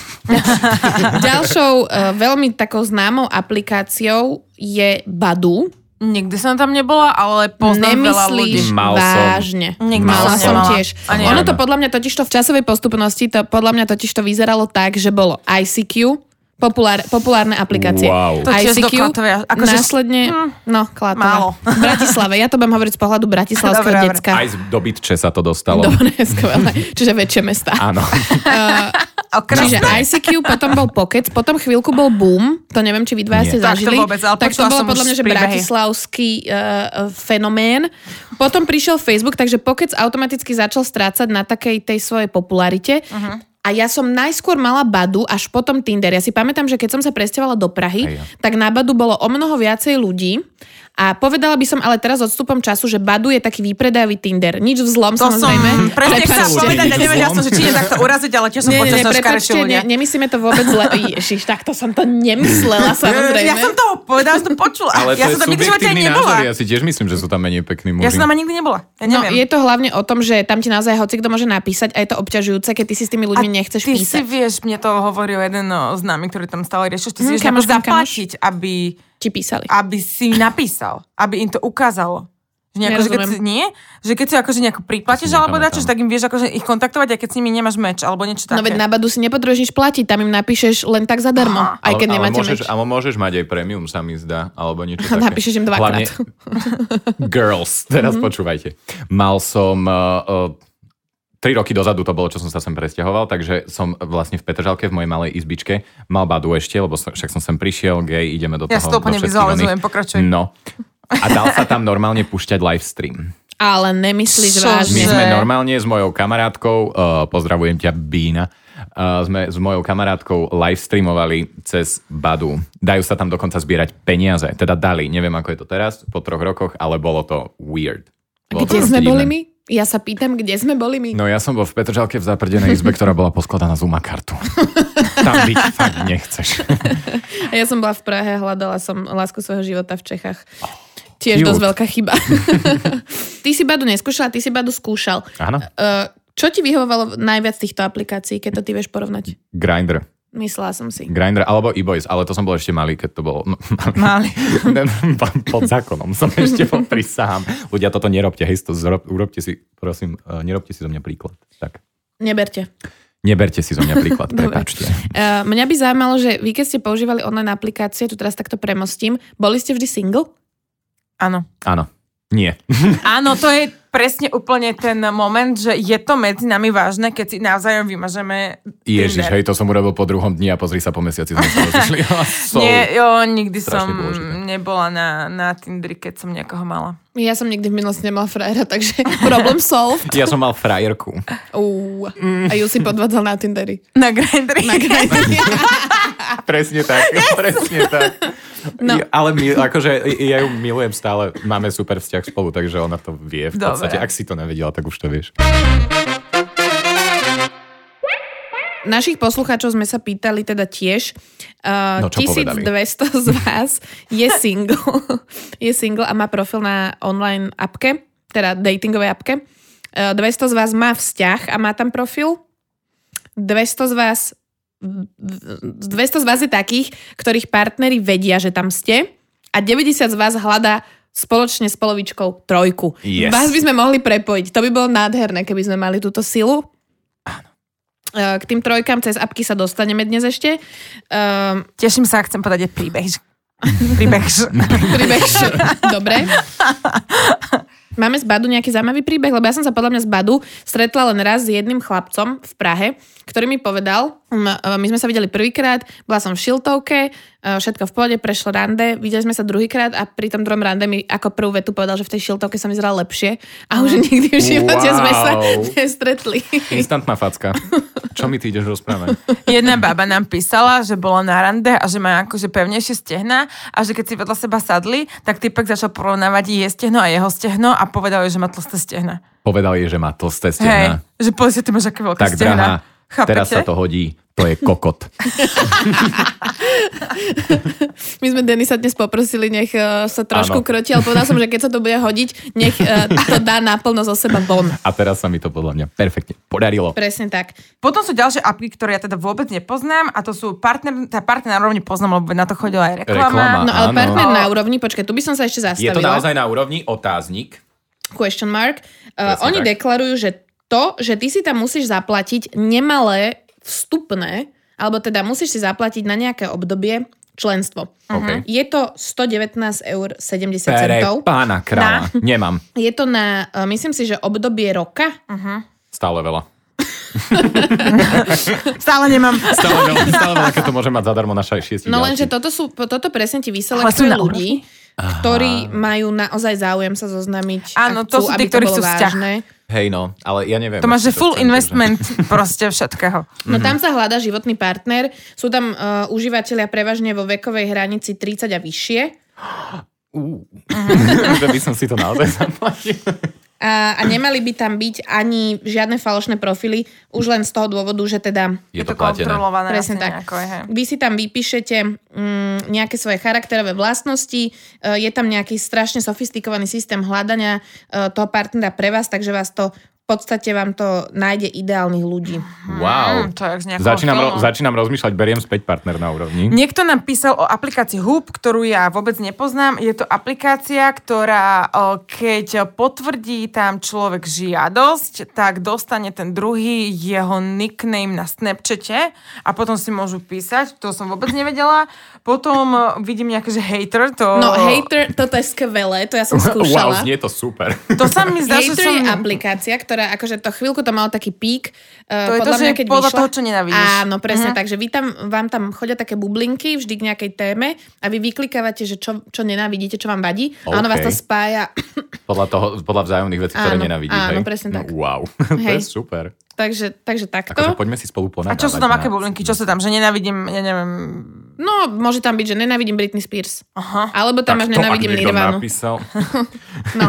ďalšou uh, veľmi takou známou aplikáciou je Badoo. Nikdy som tam nebola, ale poznám veľa ľudí. Mal vážne. Nikdy Mala som nemala. tiež. Ono to podľa mňa totižto v časovej postupnosti, to podľa mňa totižto vyzeralo tak, že bolo í cé kú, Populár, populárne aplikácie. Wow. To tiež do Klatovia. Akože... Následne, hm, no, Klatova. Málo. V Bratislave. Ja to budem hovoriť z pohľadu bratislavského Dobre, decka. Aj do Bytče sa to dostalo. Dobre, skvelé. Čiže väčšie mestá. Áno. Uh, čiže í cé kú, potom bol Pokec, potom chvíľku bol Boom. To neviem, či vy dva ste tak zažili. To vôbec, ale tak to bolo podľa mňa, že príbehy. bratislavský uh, fenomén. Potom prišiel Facebook, takže Pokec automaticky začal strácať na takej tej svojej popularite. Uh-huh. A ja som najskôr mala Badoo, až potom Tinder. Ja si pamätám, že keď som sa presťahovala do Prahy, ja. tak na Badoo bolo o mnoho viacej ľudí. A povedala by som ale teraz odstupom času, že Badoo je taký výpredajový Tinder. Nič vzlom, to samozrejme. Som presne chcela povedať, ja nevedela som, že či je takto uraziť, ale tiež som počula, že škarečie ľudia. Ne, nemyslíme to vôbec zle. Ježiš, takto som to nemyslela, samozrejme. Ja som to povedala, som to počula. Ale ja to som tam je nikdy v živote subjektívny nebola. názor. Ja si tiež myslím, že sú tam menej pekní muži. Ja som tam nikdy nebola. Ja no, neviem. je to hlavne o tom, že tam ti naozaj hocikto môže napísať a je to obťažujúce, keď ty si s tými ľuďmi nechceš ty písať. Si vieš, mne to hovoril jeden známy, ktorý tam stále riešil, ty si Mm, vieš kamoš, zaplatiť, aby, ti písali. aby si napísal, aby im to ukázalo. Že nejako, že keď si, nie? Že keď si akože nejako priplatíš alebo dačoš, tak im vieš akože ich kontaktovať, aj keď s nimi nemáš meč alebo niečo také. No veď na Badoo si nepotrebuješ nič platiť, tam im napíšeš len tak zadarmo, Aha. aj keď ale, nemáte ale môžeš, meč. ale môžeš mať aj premium, sa mi zdá, alebo niečo také. Napíšeš im dvakrát. Hlavne, girls, teraz mm-hmm. počúvajte. Mal som... Uh, uh, Tri roky dozadu to bolo, čo som sa sem presťahoval, takže som vlastne v Petržalke, v mojej malej izbičke, mal Badoo ešte, lebo som, však som sem prišiel, gej, ideme do toho. Ja si to úplne vizualizujem, pokračuj. No. A dal sa tam normálne púšťať live stream. Ale nemyslíš Čo, vážne. My sme normálne s mojou kamarátkou, uh, pozdravujem ťa, Bína, uh, sme s mojou kamarátkou live streamovali cez Badoo. Dajú sa tam dokonca zbierať peniaze. Teda dali, neviem ako je to teraz, po troch rokoch, ale bolo to weird. Bolo Kde to sme divné. boli my? Ja sa pýtam, kde sme boli my? No ja som bol v Petržalke v zaprdenej izbe, ktorá bola poskladaná z Umakartu. Tam byť fakt nechceš. A ja som bola v Prahe, hľadala som lásku svojho života v Čechách. Tiež Cute. dosť veľká chyba. Ty si Badoo neskúšala, ty si Badoo skúšal. Áno. Uh, čo ti vyhovovalo najviac týchto aplikácií, keď to ty vieš porovnať? Grindr. Myslela som si. Grindr alebo e-boys, ale to som bol ešte malý, keď to bolo... No, Mali. Pod zákonom som ešte bol, prisahám. Ľudia, toto nerobte, hej, to zrob, urobte si, prosím, uh, nerobte si zo mňa príklad. Tak. Neberte. Neberte si zo mňa príklad, prepáčte. Uh, mňa by zaujímalo, že vy keď ste používali online aplikácie, tu teraz takto premostím, boli ste vždy single? Áno. Áno. Nie. Áno, to je presne úplne ten moment, že je to medzi nami vážne, keď si navzájom vymažeme Ježiš, Tinder. hej, to som urobil po druhom dni a pozri sa, po mesiaci sme sa rozišli. So, Nie, jo, nikdy som dôležité. nebola na, na Tinderi, keď som niekoho mala. Ja som nikdy v minulosti nemala frajera, takže problem solved. Ja som mal frajerku. Uh, a ju si podvádzal na Tinderi. Na Grindri. Na Grindri. Presne tak, presne tak. No. Ja, ale my, akože ja ju milujem stále, máme super vzťah spolu, takže ona to vie v podstate. Dobre. Ak si to nevedela, tak už to vieš. Našich poslucháčov sme sa pýtali teda tiež. Uh, No, čo tisícdvesto z vás je single. je single a má profil na online appke, teda datingovej appke. Uh, dvesto z vás má vzťah a má tam profil. dvesto z vás dvesto z vás je takých, ktorých partneri vedia, že tam ste a deväťdesiat z vás hľadá spoločne s polovičkou trojku. Yes. Vás by sme mohli prepojiť. To by bolo nádherné, keby sme mali túto silu. Áno. K tým trojkám cez apky sa dostaneme dnes ešte. Um, Teším sa, chcem podať aj príbeh. Príbeh. príbeh. Dobre. Máme z Badu nejaký zaujímavý príbeh? Lebo ja som sa podľa mňa z Badu stretla len raz s jedným chlapcom v Prahe, ktorý mi povedal, my sme sa videli prvýkrát, bola som v Šiltovke, všetko v pohode, prešlo rande, videli sme sa druhýkrát a pri tom druhom rande mi ako prvú vetu povedal, že v tej Šiltovke som vyzerala lepšie a už nikdy v živote Wow. sme sa nestretli. Instantná facka. Čo mi ty ideš rozprávať? Jedna baba nám písala, že bola na rande a že má akože pevnejšie stehna a že keď si vedľa seba sadli, tak typek začal porovnávať jej stehno a jeho stehno a povedal jej, že má tlsté stehna. Povedal je, že má tlsté Hej, stehna. že pozrite, ty máš aké veľké Tak stehna. drahá, Chápete? teraz sa to hodí. To je kokot. My sme Denisa dnes poprosili, nech uh, sa trošku Áno. kroti, ale povedal som, že keď sa to bude hodiť, nech uh, to dá naplno zo seba von. A teraz sa mi to podľa mňa perfektne podarilo. Presne tak. Potom sú ďalšie apky, ktoré ja teda vôbec nepoznám a to sú partner, tá partner na úrovni poznám, lebo na to chodila aj reklama. Reklama. No ale Áno. partner na úrovni, počkaj, tu by som sa ešte zastavila. Je to naozaj na úrovni otáznik. Question mark. Uh, Presne oni tak. deklarujú, že to, že ty si tam musíš zaplatiť nemalé vstupné, alebo teda musíš si zaplatiť na nejaké obdobie členstvo. Okay. Je to sto devätnásť eur sedemdesiat Pre centov. pána kráľa. Nemám. Je to na, uh, myslím si, že obdobie roka. Stále veľa. Stále nemám. Stále veľa, stále veľa, keď to môže mať zadarmo na šiestich No ďalších. lenže toto, sú, toto presne ti Ale sú vyselektuje na ľudí, ktorí majú naozaj záujem sa zoznamiť. Áno, a to chcú, sú tí, aby to ktorí bolo chcú vzťah. vážne. Hej no, ale ja neviem. To máš, že ako full chcem, investment proste všetkého. No tam sa hľadá životný partner. Sú tam uh, užívateľia prevažne vo vekovej hranici tridsať a vyššie. Uh, že by som si to naozaj zaplatil. A, a nemali by tam byť ani žiadne falošné profily, už len z toho dôvodu, že teda... Je to platené. kontrolované. Presne asi tak. nejako, hej. Vy si tam vypíšete mm, nejaké svoje charakterové vlastnosti, uh, je tam nejaký strašne sofistikovaný systém hľadania uh, toho partnera pre vás, takže vás to v podstate vám to nájde ideálnych ľudí. Wow. Mm, to je jak z nejakého Začínam, ro- filmu. začínam rozmýšľať, beriem späť partner na úrovni. Niekto nám písal o aplikácii Hoop, ktorú ja vôbec nepoznám. Je to aplikácia, ktorá o, keď potvrdí tam človek žiadosť, tak dostane ten druhý jeho nickname na Snapchate a potom si môžu písať. To som vôbec nevedela. Potom o, vidím nejaké, že hater. To... No hater, toto je skvelé, to ja som Wow, skúšala. znie to super. To sa mi zdá, že Hater som... je aplikácia, ktorá akože to chvíľku to malo taký pík. Uh, To je to, podľa že mňa, keď podľa vyšla. toho, čo nenávidíš. Áno, presne Mhm. takže vy tam, vám tam chodia také bublinky vždy k nejakej téme a vy vyklikávate, že čo, čo nenávidíte, čo vám vadí. A ono vás to OK. spája. Podľa toho, podľa vzájomných vecí, ktoré Áno, nenavidíš. áno, hej? presne tak. No, wow, to je Hej. super. takže, takže takto. Akože poďme si spolu A ponadávať. čo sú tam, na- aké bublinky? Čo sú tam? Že nenávidím, ja neviem... No, môže tam byť, že nenávidím Britney Spears. Aha. Alebo tam Tak máš to, ak nenávidím niekto Nirvanu. napísal. No.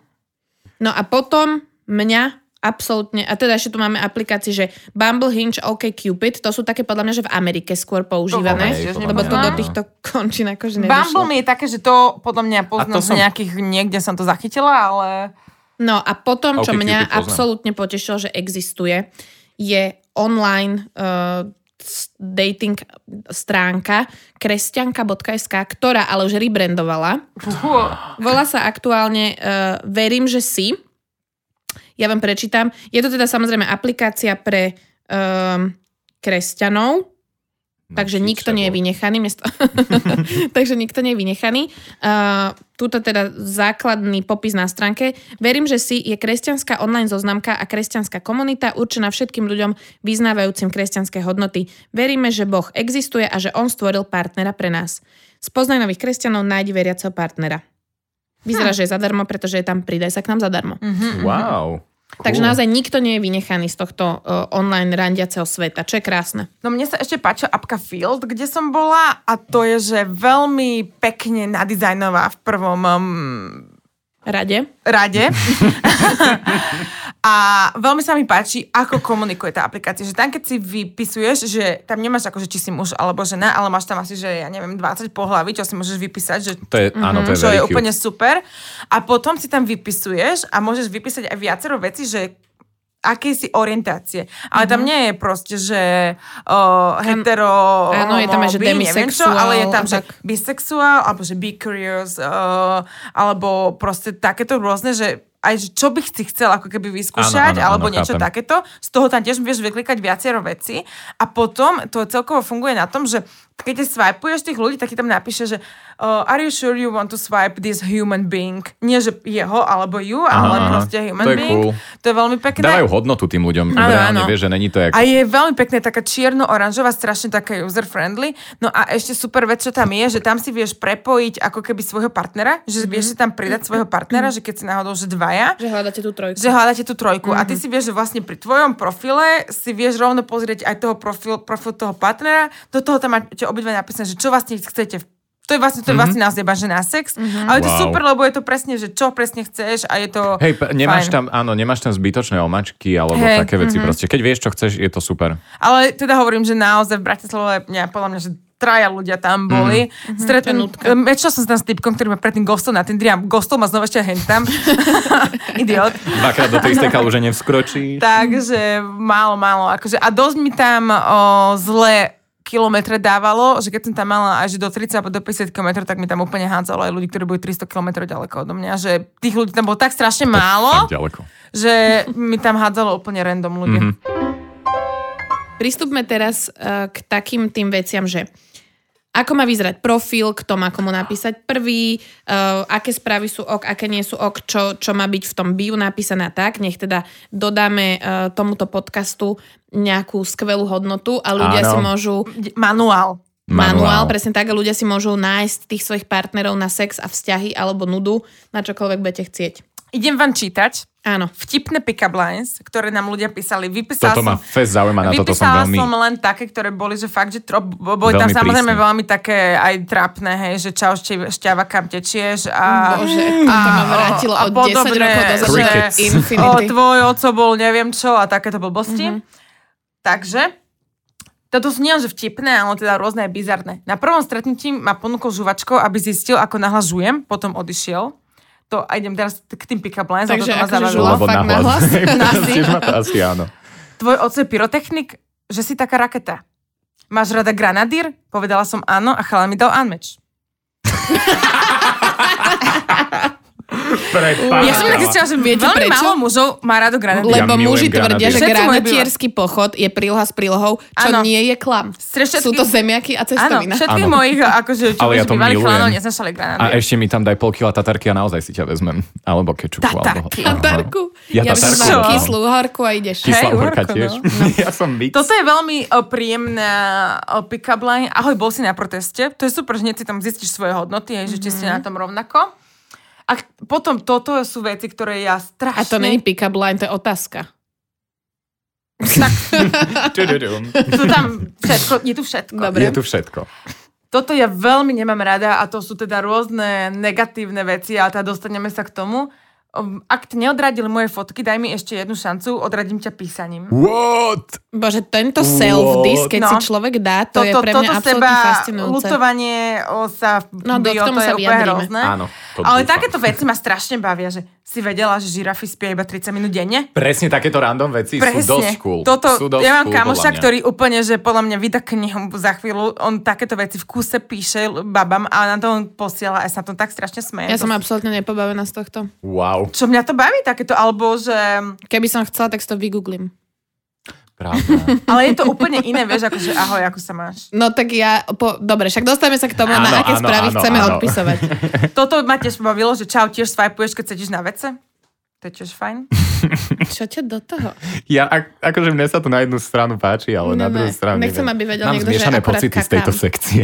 no a potom mňa absolútne, a teda ešte tu máme aplikácie, že Bumble, Hinge, OkCupid, to sú také podľa mňa, že v Amerike skôr používané, Hej, podľa lebo to mňa. do týchto končín akože Bumble nevyšlo. mi je také, že to podľa mňa A poznám to z som- nejakých, niekde som to zachytila, ale... No a potom, čo OkCupid mňa poznám. absolútne potešilo, že existuje, je online uh, dating stránka kresťanka bodka es ká, ktorá ale už rebrandovala. Volá sa aktuálne uh, Verím, že si. Ja vám prečítam. Je to teda samozrejme aplikácia pre um, kresťanov, no, takže nikto nie je vynechaný. Miesto... takže nikto nie je vynechaný. Uh, Tuto teda základný popis na stránke. Verím, že si je kresťanská online zoznamka a kresťanská komunita určená všetkým ľuďom vyznávajúcim kresťanské hodnoty. Veríme, že Boh existuje a že on stvoril partnera pre nás. Spoznaj nových kresťanov, nájdi veriaceho partnera. Vyzerá, hm. že je zadarmo, pretože je tam pridaj sa k nám zadarmo. Mm-hmm. Wow. Cool. Takže naozaj nikto nie je vynechaný z tohto uh, online randiaceho sveta, čo je krásne. No mne sa ešte páčila apka Field, kde som bola a to je, že veľmi pekne nadizajnová v prvom um, rade. rade. A veľmi sa mi páči, ako komunikuje tá aplikácia. Že tam, keď si vypisuješ, že tam nemáš ako, že či si muž alebo žena, ale máš tam asi, že ja neviem, dvadsať pohlaví, čo si môžeš vypísať. Že, to je, áno, to je čo je cute. úplne super. A potom si tam vypisuješ a môžeš vypísať aj viacero veci, že akej si orientácie. Ale mm-hmm. tam nie je proste, že uh, hetero, áno, je tam aj, že bi, neviem čo, ale je tam, že tak. bisexuál, alebo že be curious, uh, alebo proste takéto rôzne, že aj že čo by si chcel ako keby vyskúšať, áno, áno, áno, alebo niečo chápem. takéto. Z toho tam tiež vieš vyklikať viacero veci a potom to celkovo funguje na tom, že keď swipeuješ tých ľudí, tak ti tam napíše, že uh, are you sure you want to swipe this human being? Nie, že jeho alebo you, aha, ale proste human to je being. Cool. To je veľmi pekné. Dávajú hodnotu tým ľuďom. Áno, reálne áno. vieš, že není to jak... A je veľmi pekné, taká čierno-oranžová, strašne taká user-friendly. No a ešte super vec, čo tam je, že tam si vieš prepojiť ako keby svojho partnera, že mm-hmm. vieš si tam pridať svojho partnera, že keď si náhodou, že dvaja. Že hľadáte tú trojku. Že hľadáte tú trojku. Mm-hmm. A ty si vieš, že vlastne pri tvojom profile si vieš rovno pozrieť aj toho profil, profil toho partnera. Do toho tam máte obidva napísané, že čo vlastne chcete. To je vlastne, to je vlastne mm-hmm. nás že na sex. Mm-hmm. Ale je to Wow. super, lebo je to presne, že čo presne chceš a je to Hej, p- nemáš fajn. tam, áno, nemáš tam zbytočné omačky alebo Hej, také veci. mm-hmm. Proste, keď vieš, čo chceš, je to super. Ale teda hovorím, že naozaj v Bratislave, ne, podľa mňa, že traja ľudia tam boli. Mm-hmm. Stretnú, mečila som sa tam s typkom, ktorý ma predtým ghostol na Tindri a ghostol ma znova ešte hentam. Idiot. Dvakrát do tej istej kaluže nevskročíš. Takže málo, málo. Akože, a dosť mi tam o, zle kilometre dávalo, že keď som tam mala až do tridsať alebo do päťdesiat kilometrov, tak mi tam úplne hádzalo aj ľudí, ktorí boli tristo kilometrov ďaleko odo mňa, že tých ľudí tam bolo tak strašne málo, Tak ďaleko. že mi tam hádzalo úplne random ľudí. Mhm. Pristúpme teraz uh, k takým tým veciam, že ako má vyzerať profil, kto má komu napísať prvý, uh, aké správy sú ok, aké nie sú ok, čo, čo má byť v tom bio napísané tak. Nech teda dodáme uh, tomuto podcastu nejakú skvelú hodnotu a ľudia Áno. si môžu... Manuál. Manuál, presne tak, a ľudia si môžu nájsť tých svojich partnerov na sex a vzťahy alebo nudu, na čokoľvek budete chcieť. Idem vám čítať Áno. vtipné pick-up lines, ktoré nám ľudia písali. Vypísala Toto som, ma fest zaujíma, na toto som vypísala veľmi... som len také, ktoré boli, že fakt, že tro, boli Veľmi tam samozrejme prísne. veľmi také aj trápne, hej, že čau šťa- šťava, kam tečieš a... Bože, to ma vrátilo a od desať podobné, rokov do že Crickets. o, Infinity. tvoj oco bol neviem čo a takéto blbosti. Mm-hmm. Takže toto sú nie že vtipné, ale teda rôzne aj bizarné. Na prvom stretnutí ma ponúkol žuvačkou, aby zistil, ako nahlas žujem, potom odišiel. To, a idem teraz k tým pick-up lines, Takže toto ma akože zabavilo. žula Lebo fakt nahlas. nahlas? Tiež ma to asi áno. Tvoj oco je pyrotechnik? Že si taká raketa. Máš rada granadír? Povedala som áno a chala mi dal unmatch. Ja som tak zistila, že Viete veľmi prečo? málo mužov má rado granadír. Ja Lebo muži milujem tvrdia, že Všetci moji granatierský pochod je príloha s prílohou, čo Áno. nie je klam. Všetky- Sú to zemiaky a Áno, cestovina. všetkých Áno. mojich, akože, čo Ale ja už to bývalých milujem. chlánov neznašali A granadír. ešte mi tam daj pol kila tatarky a naozaj si ťa vezmem. Alebo kečupu. Tatarky. Alebo... Tatarku. Ja Ja by som tatarku. dala Čo? kyslú horku a ideš. Kyslá Hej, uhorka uhorku, tiež. no. Ja som víc. Toto je veľmi o, príjemná o, pick-up line. Ahoj, bol si na proteste. To je super, že hneď si tam zistíš svoje hodnoty, hej, že či ste na tom rovnako. A potom toto sú veci, ktoré ja strašne... A to není pick-up line, to je otázka. Tududum. Sú tam všetko, je tu všetko. Dobre. Je tu všetko. Toto ja veľmi nemám rada a to sú teda rôzne negatívne veci a teda dostaneme sa k tomu. Um, Ak ti neodradili moje fotky, daj mi ešte jednu šancu, odradím ťa písaním. What? Bože, tento self-diss, keď No. si človek dá, to je Toto, pre mňa toto absolútne seba fascinujúce. lutovanie o sa v No, do- k bio, tomu to je sa úplne vyjadríme. hrozné. Áno, to Ale dúfam. takéto veci ma strašne bavia, že si vedela, že žirafy spia iba tridsať minút denne? Presne takéto random veci sú dosť cool. Toto, sú dosť ja mám cool, kamoša, podľa mňa. ktorý úplne, že podľa mňa vydá knihu za chvíľu, on takéto veci v kúse píše babám a na to on posiela a ja sa na to tak strašne smejem. Ja som To- absolútne nepobavená z tohto. Wow. Čo mňa to baví takéto, alebo že... Keby som chcela, tak si to vygooglím. Pravda. Ale je to úplne iné, vieš, akože ahoj, ako sa máš. No tak ja, po, dobre, však dostaneme sa k tomu, Áno, na aké áno, správy áno, chceme áno. odpisovať. Toto ma tiež bavilo, že čau, tiež swipuješ, keď sedíš na vece? To je tiež fajn. Čo ťa do toho? Ja, ak, akože mne sa to na jednu stranu páči, ale Ne, na druhú ne. stranu Nechcem, neviem. aby vedel Mám niekto, že zmiešané akorát pocity z kakám. tejto sekcie.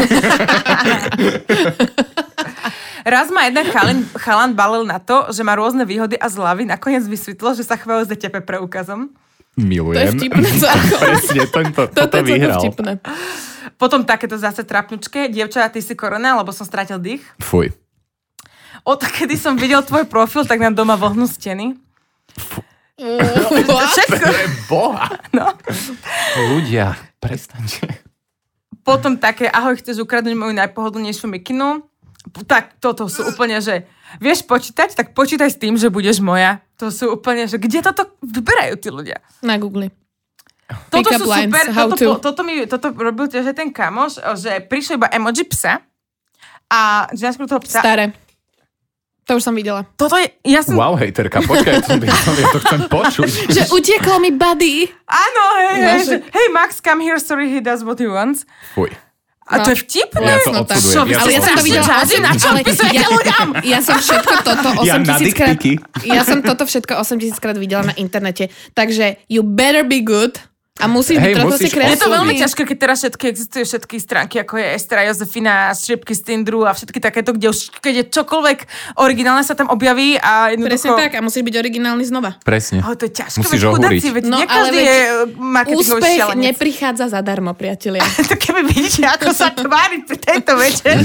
Raz ma jeden chalan, chalan balil na to, že má rôzne výhody a zľavy. Nakoniec vysvetlilo, že sa chvajú zet té pé preukazom. Milujem. To je vtipné celkom. Presne, to, to, Toto toto je celkom vyhral. vtipné. Potom takéto zase trapnučké. Dievča, ty si korona, lebo som strátil dých. Fuj. Odkedy som videl tvoj profil, tak nám doma vlhnú steny. What? Všetko. Pre Boha. No. Ľudia, prestaňte. Potom také, ahoj, chceš ukradnúť moju najpohodlnejšiu mikinu? Tak toto sú úplne, že vieš počítať, tak počítaj s tým, že budeš moja. To sú úplne, že kde toto vyberajú tí ľudia? Na Google. Toto Pick-up sú lines, super, how toto, to. toto, mi, toto robil tiež aj ten kamoš, že prišiel iba emoji psa a že najskôr toho psa... Staré. To už som videla. Toto je, ja som... Wow, hejterka, počkaj, to, ja to chcem počuť. Že utiekol mi buddy. Áno, hej, No, hej, že- že, hey Max, come here, sorry, he does what he wants. Fuj. A No. to je vtipné. Ja to Jasno, tak. odsudujem. Čo, Ale ja som to strašne videla. časy, na čo ale odpisujete ja, ľuďom? ja som všetko toto Ja osem na tisíc krát... dickpiky. Ja som toto všetko osem tisíc krát videla na internete. Takže you better be good a musíš byť Hej, trochu si musíš kreatívny. Je to veľmi ťažké, keď teraz všetky existujú všetky stránky, ako je Estra, Jozefina, Šripky z Tindru a všetky takéto, kde už keď je čokoľvek originálne sa tam objaví a Presne jednoducho... tak a musíš byť originálny znova. Presne. Ale to je ťažké, Musíš veď ohúriť. chudáci, veď No, nie ale každý veď je marketingový Úspech šialenec. neprichádza zadarmo, priatelia. To keby vidíte, ako sa tvári pri tejto večer.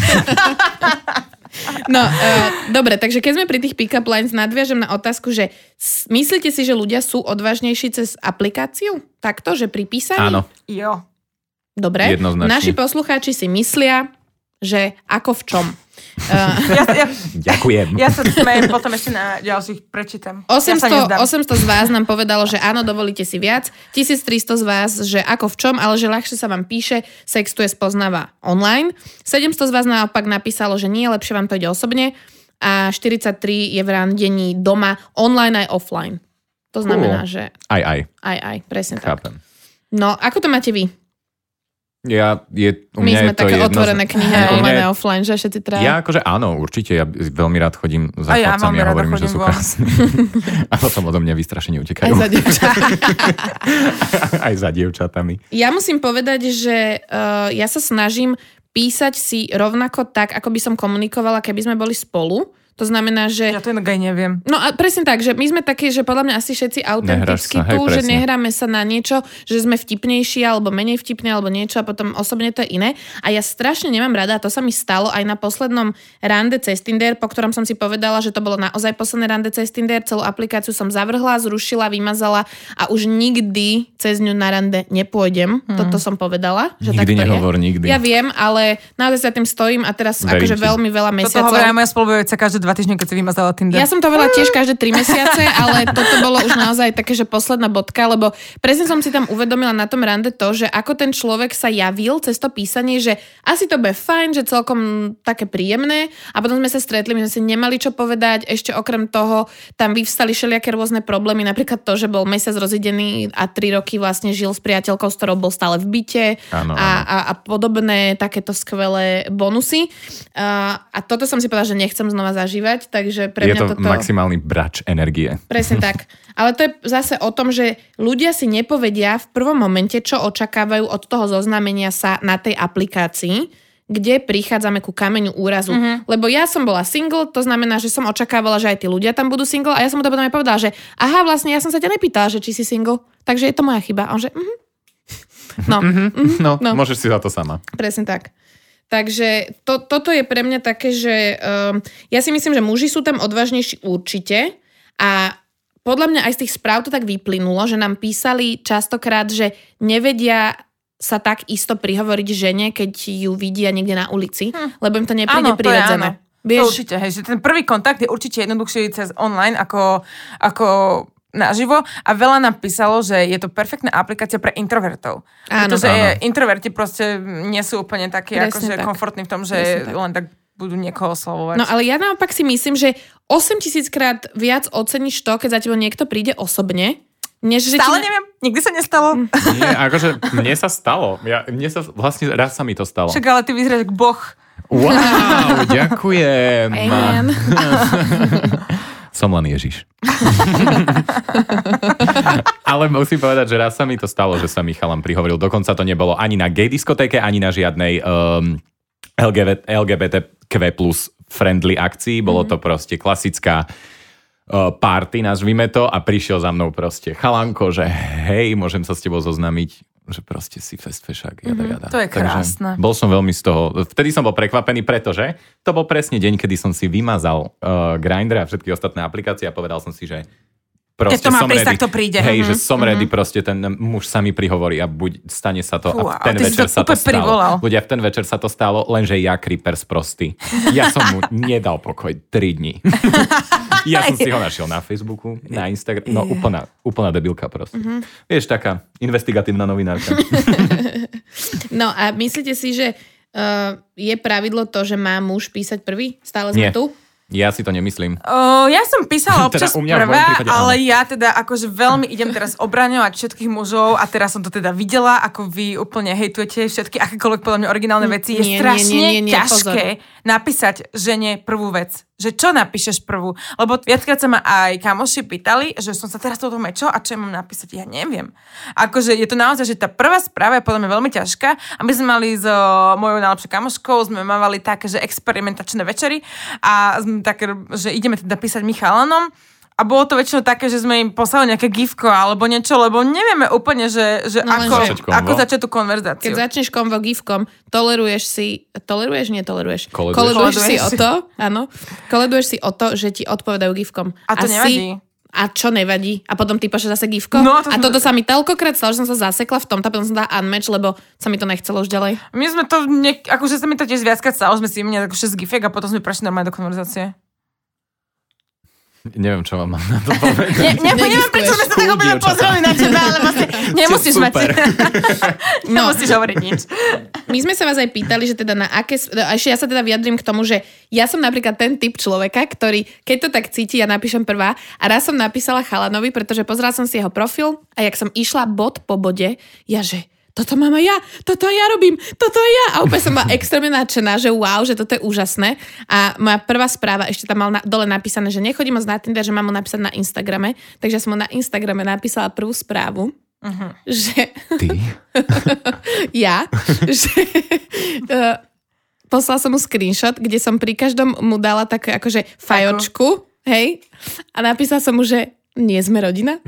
No, uh, dobre, takže keď sme pri tých pick-up lines, nadviažem na otázku, že s- myslíte si, že ľudia sú odvážnejší cez aplikáciu? Takto, že pri písaní? Áno. Jo. Dobre. Jednoznačne. Naši poslucháči si myslia, že ako v čom. Uh, Ja, ja, Ďakujem. ja sa smejem, potom ešte na ďalších prečítam. Ja sa osemsto, nezdám. osemsto z vás nám povedalo, že áno, dovolíte si viac. tisíctristo z vás, že ako v čom, ale že ľahšie sa vám píše, sextuje, spoznáva online. sedemsto z vás naopak napísalo, že nie, lepšie vám to ide osobne. A štyridsaťtri je v randení doma, online aj offline. To znamená, Cool. že Aj, aj. aj, aj, presne tak. Chápem. No, ako to máte vy? Ja, je, u My mňa sme je to také jedno, otvorené knihy, Hej, u mňa online je- a offline, že všetci traja. Ja akože áno, určite, ja veľmi rád chodím za A ja chlapcami veľmi a rada hovorím, že chodím sú von. krásni. A potom odo mňa vystrašene Aj utekajú. za dievčatá. Aj za dievčatami. Ja musím povedať, že uh, ja sa snažím písať si rovnako tak, ako by som komunikovala, keby sme boli spolu. To znamená, že... Ja to inak aj neviem. No a presne tak, že my sme takí, že podľa mňa asi všetci autenticky Nehráš sa, hej, tu, že presne. nehráme sa na niečo, že sme vtipnejší alebo menej vtipní alebo niečo a potom osobne to je iné. A ja strašne nemám rada, a to sa mi stalo aj na poslednom rande cez Tinder, po ktorom som si povedala, že to bolo naozaj posledné rande cez Tinder, celú aplikáciu som zavrhla, zrušila, vymazala a už nikdy cez ňu na rande nepôjdem. Hmm. Toto som povedala. Že Nikdy tak to nehovor, je. nikdy. Ja viem, ale naozaj za tým stojím a teraz Verím akože ti. veľmi veľa Toto mesiacov. hovorí aj moja spolubojovca každé dva týždne, keď si vymazala Tinder. Ja som to veľa tiež každé tri mesiace, ale toto bolo už naozaj také, že posledná bodka, lebo presne som si tam uvedomila na tom rande to, že ako ten človek sa javil cez to písanie, že asi to bude fajn, že celkom také príjemné a potom sme sa stretli, my sme si nemali čo povedať, ešte okrem toho tam vyvstali všelijaké rôzne problémy, napríklad to, že bol mesiac rozidený a tri roky vlastne žil s priateľkou, s ktorou bol stále v byte Áno, a, a, a podobné takéto skvelé bonusy. A, a toto som si povedala, že nechcem znova zažívať, takže pre Je mňa to toto... maximálny brač energie. Presne tak. Ale to je zase o tom, že ľudia si nepovedia v prvom momente, čo očakávajú od toho zoznámenia sa na tej aplikácii, kde prichádzame ku kameňu úrazu. Mm-hmm. Lebo ja som bola single, to znamená, že som očakávala, že aj tí ľudia tam budú single a ja som mu to potom aj povedala, že aha, vlastne ja som sa ťa nepýtala, že či si single, takže je to moja chyba. A on že mhm. No, Mm-hmm. No, No. no, môžeš si za to sama. presne tak. Takže to, toto je pre mňa také, že um, ja si myslím, že muži sú tam odvážnejší určite a podľa mňa aj z tých správ to tak vyplynulo, že nám písali častokrát, že nevedia sa tak isto prihovoriť žene, keď ju vidia niekde na ulici, hm. lebo im to nepríde Áno, to je prirodzené. áno. To určite, hej, že ten prvý kontakt je určite jednoduchší cez online ako, ako naživo a veľa nám písalo, že je to perfektná aplikácia pre introvertov. Áno. Pretože Áno. introverti proste nie sú úplne takí Presne akože tak. komfortní v tom, že Presne tak. len tak budú niekoho oslovovať. No ale ja naopak si myslím, že osem tisíc krát viac oceníš to, keď za tebou niekto príde osobne, Než, Stále na... neviem, nikdy sa nestalo. Nie, akože mne sa stalo. Ja, mne sa, vlastne raz sa mi to stalo. Však ale ty vyzeráš ako boh. Wow, ďakujem. Amen. Som len Ježiš. Ale musím povedať, že raz sa mi to stalo, že sa mi chalan prihovoril. Dokonca to nebolo ani na gay diskotéke, ani na žiadnej um, el gé bé té, el gé bé té kvé plus friendly akcii. Bolo to proste klasická uh, party, nazvime to, a prišiel za mnou proste chalanko, že hej, môžem sa s tebou zoznámiť, že proste si fest fešák, jada, jada. To je krásne. Takže bol som veľmi z toho, vtedy som bol prekvapený, pretože to bol presne deň, kedy som si vymazal uh, Grindr a všetky ostatné aplikácie a povedal som si, že proste keď to má som prísť, ready. tak to príde. Hej, uh-huh. že som ready, proste ten muž sa mi prihovorí a buď stane sa to. Fú, a v ten ty si večer to sa to úplne stalo. privolal. Ľudia, v ten večer sa to stalo, lenže ja creeper sprostý. Ja som mu nedal pokoj tri dni. Ja som si ho našiel na Facebooku, na Instagram, no úplná, úplná debilka proste. Uh-huh. Vieš, taká investigatívna novinárka. No a myslíte si, že uh, je pravidlo to, že má muž písať prvý? Stále sme Nie. tu? Ja si to nemyslím. Uh, ja som písala občas Teda u mňa v mojom prvá, prípade ale áno. ja teda akože veľmi idem teraz obraňovať všetkých mužov a teraz som to teda videla, ako vy úplne hejtujete všetky akékoľvek podľa mňa originálne veci. Je Nie, strašne nie, nie, nie, nie, ťažké napísať žene prvú vec. Že čo napíšeš prvú? Lebo viackrát sa ma aj kamoši pýtali, že som sa teraz toto čo a čo ja mám napísať? Ja neviem. Akože je to naozaj, že tá prvá správa je podľa mňa veľmi ťažká a my sme mali s mojou najlepšou kamoškou, sme mávali také, že experimentačné večery a sme také, že ideme teda písať my chalanom. A bolo to väčšinou také, že sme im poslali nejaké gifko alebo niečo, lebo nevieme úplne, že, že No, ako, lenže- ako začať tú konverzáciu. Keď začneš konvo gifkom, toleruješ si, toleruješ, netoleruješ. Koleduješ. Koleduješ si Koleduješ o si. to, áno, koleduješ si o to, že ti odpovedajú gifkom. A to si, nevadí. A čo nevadí? A potom ty pošleš zase gifko? No, to a sme- toto sa mi toľkokrát stalo, že som sa zasekla v tomto, a potom som dala unmatch, lebo sa mi to nechcelo už ďalej. My sme to, ne, akože sa mi to tiež viackrát stalo, sme si vymenili ako šesť gifiek a potom sme prešli normálne do konverzácie. Neviem, čo vám mám na to povedať. Ne, ne, neviem, prečo sme sa tak Cool, opäť dievčatá. pozreli na teba, ale vlastne nemusíš mať. Super. Nemusíš hovoriť nič. My sme sa vás aj pýtali, že teda na aké... A ešte ja sa teda vyjadrím k tomu, že ja som napríklad ten typ človeka, ktorý, keď to tak cíti, ja napíšem prvá. A raz som napísala chalanovi, pretože pozerala som si jeho profil a jak som išla bod po bode, ja že... Toto mám aj ja, toto ja robím, toto aj ja. A úplne som bola extrémne nadšená, že wow, že toto je úžasné. A moja prvá správa, ešte tam mal na, dole napísané, že nechodím moc na Tinder, že mám mu napísať na Instagrame. Takže som mu na Instagrame napísala prvú správu, uh-huh. že... Ty? ja, že... uh, poslala som mu screenshot, kde som pri každom mu dala také akože fajočku, hej, a napísala som mu, že nie sme rodina.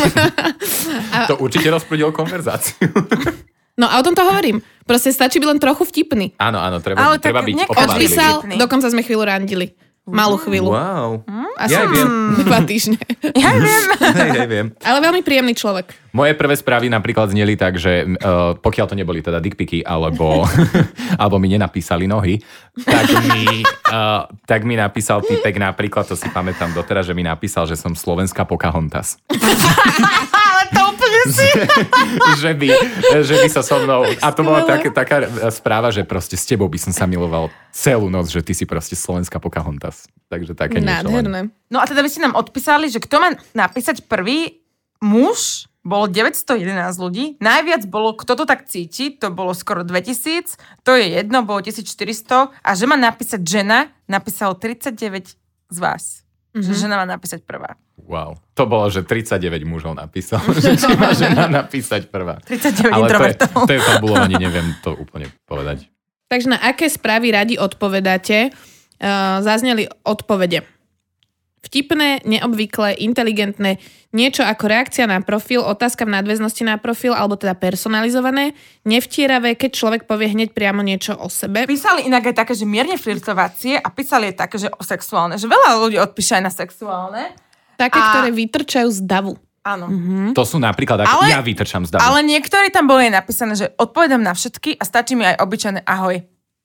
A... To určite rozprudilo konverzáciu. No a o tom to hovorím. Proste stačí byť len trochu vtipný. Áno, áno, treba, Ale treba tak byť niekto opatrný. Odpísal, vtipný. dokonca sme chvíľu randili. Malú chvíľu. Wow. Asi Ja viem. dva týždne. Ja viem. Hej, hej, viem. Ale veľmi príjemný človek. Moje prvé správy napríklad zneli tak, že uh, pokiaľ to neboli teda dickpiky, alebo, alebo mi nenapísali nohy, tak mi, uh, tak mi napísal týpek napríklad, to si pamätám doteraz, že mi napísal, že som slovenská Pocahontas. Ale to úplne si. že, by, že by sa so mnou... A to bola tak, taká správa, že proste s tebou by som sa miloval celú noc, že ty si proste slovenská Pocahontas. Takže také niečo. Nádherné. No a teda by ste nám odpísali, že kto má napísať prvý muž, bolo deväťstojedenásť ľudí, najviac bolo, kto to tak cíti, to bolo skoro dvetisíc, to je jedno, bolo tisícštyristo a že má napísať žena, napísalo tridsaťdeväť z vás. Mm-hmm. Že žena má napísať prvá. Wow. To bolo, že tridsaťdeväť mužov napísal, že či má žena napísať prvá. tridsaťdeväť Ale to je, introvertov. to je fabulovanie, neviem to úplne povedať. Takže na aké správy radi odpovedáte? Uh, zazneli odpovede. Vtipné, neobvyklé, inteligentné, niečo ako reakcia na profil, otázka v nadväznosti na profil, alebo teda personalizované, nevtieravé, keď človek povie hneď priamo niečo o sebe. Písali inak aj také, že mierne flirtovacie a písali aj také, že o sexuálne. Že veľa ľudí odpíše aj na sexuálne. Také, A- ktoré vytrčajú z davu. Áno. Hm? To sú napríklad, ako Ale- ja vytrčam z davu. Ale niektorí tam boli aj napísané, že odpovedám na všetky a stačí mi aj obyčajné ahoj.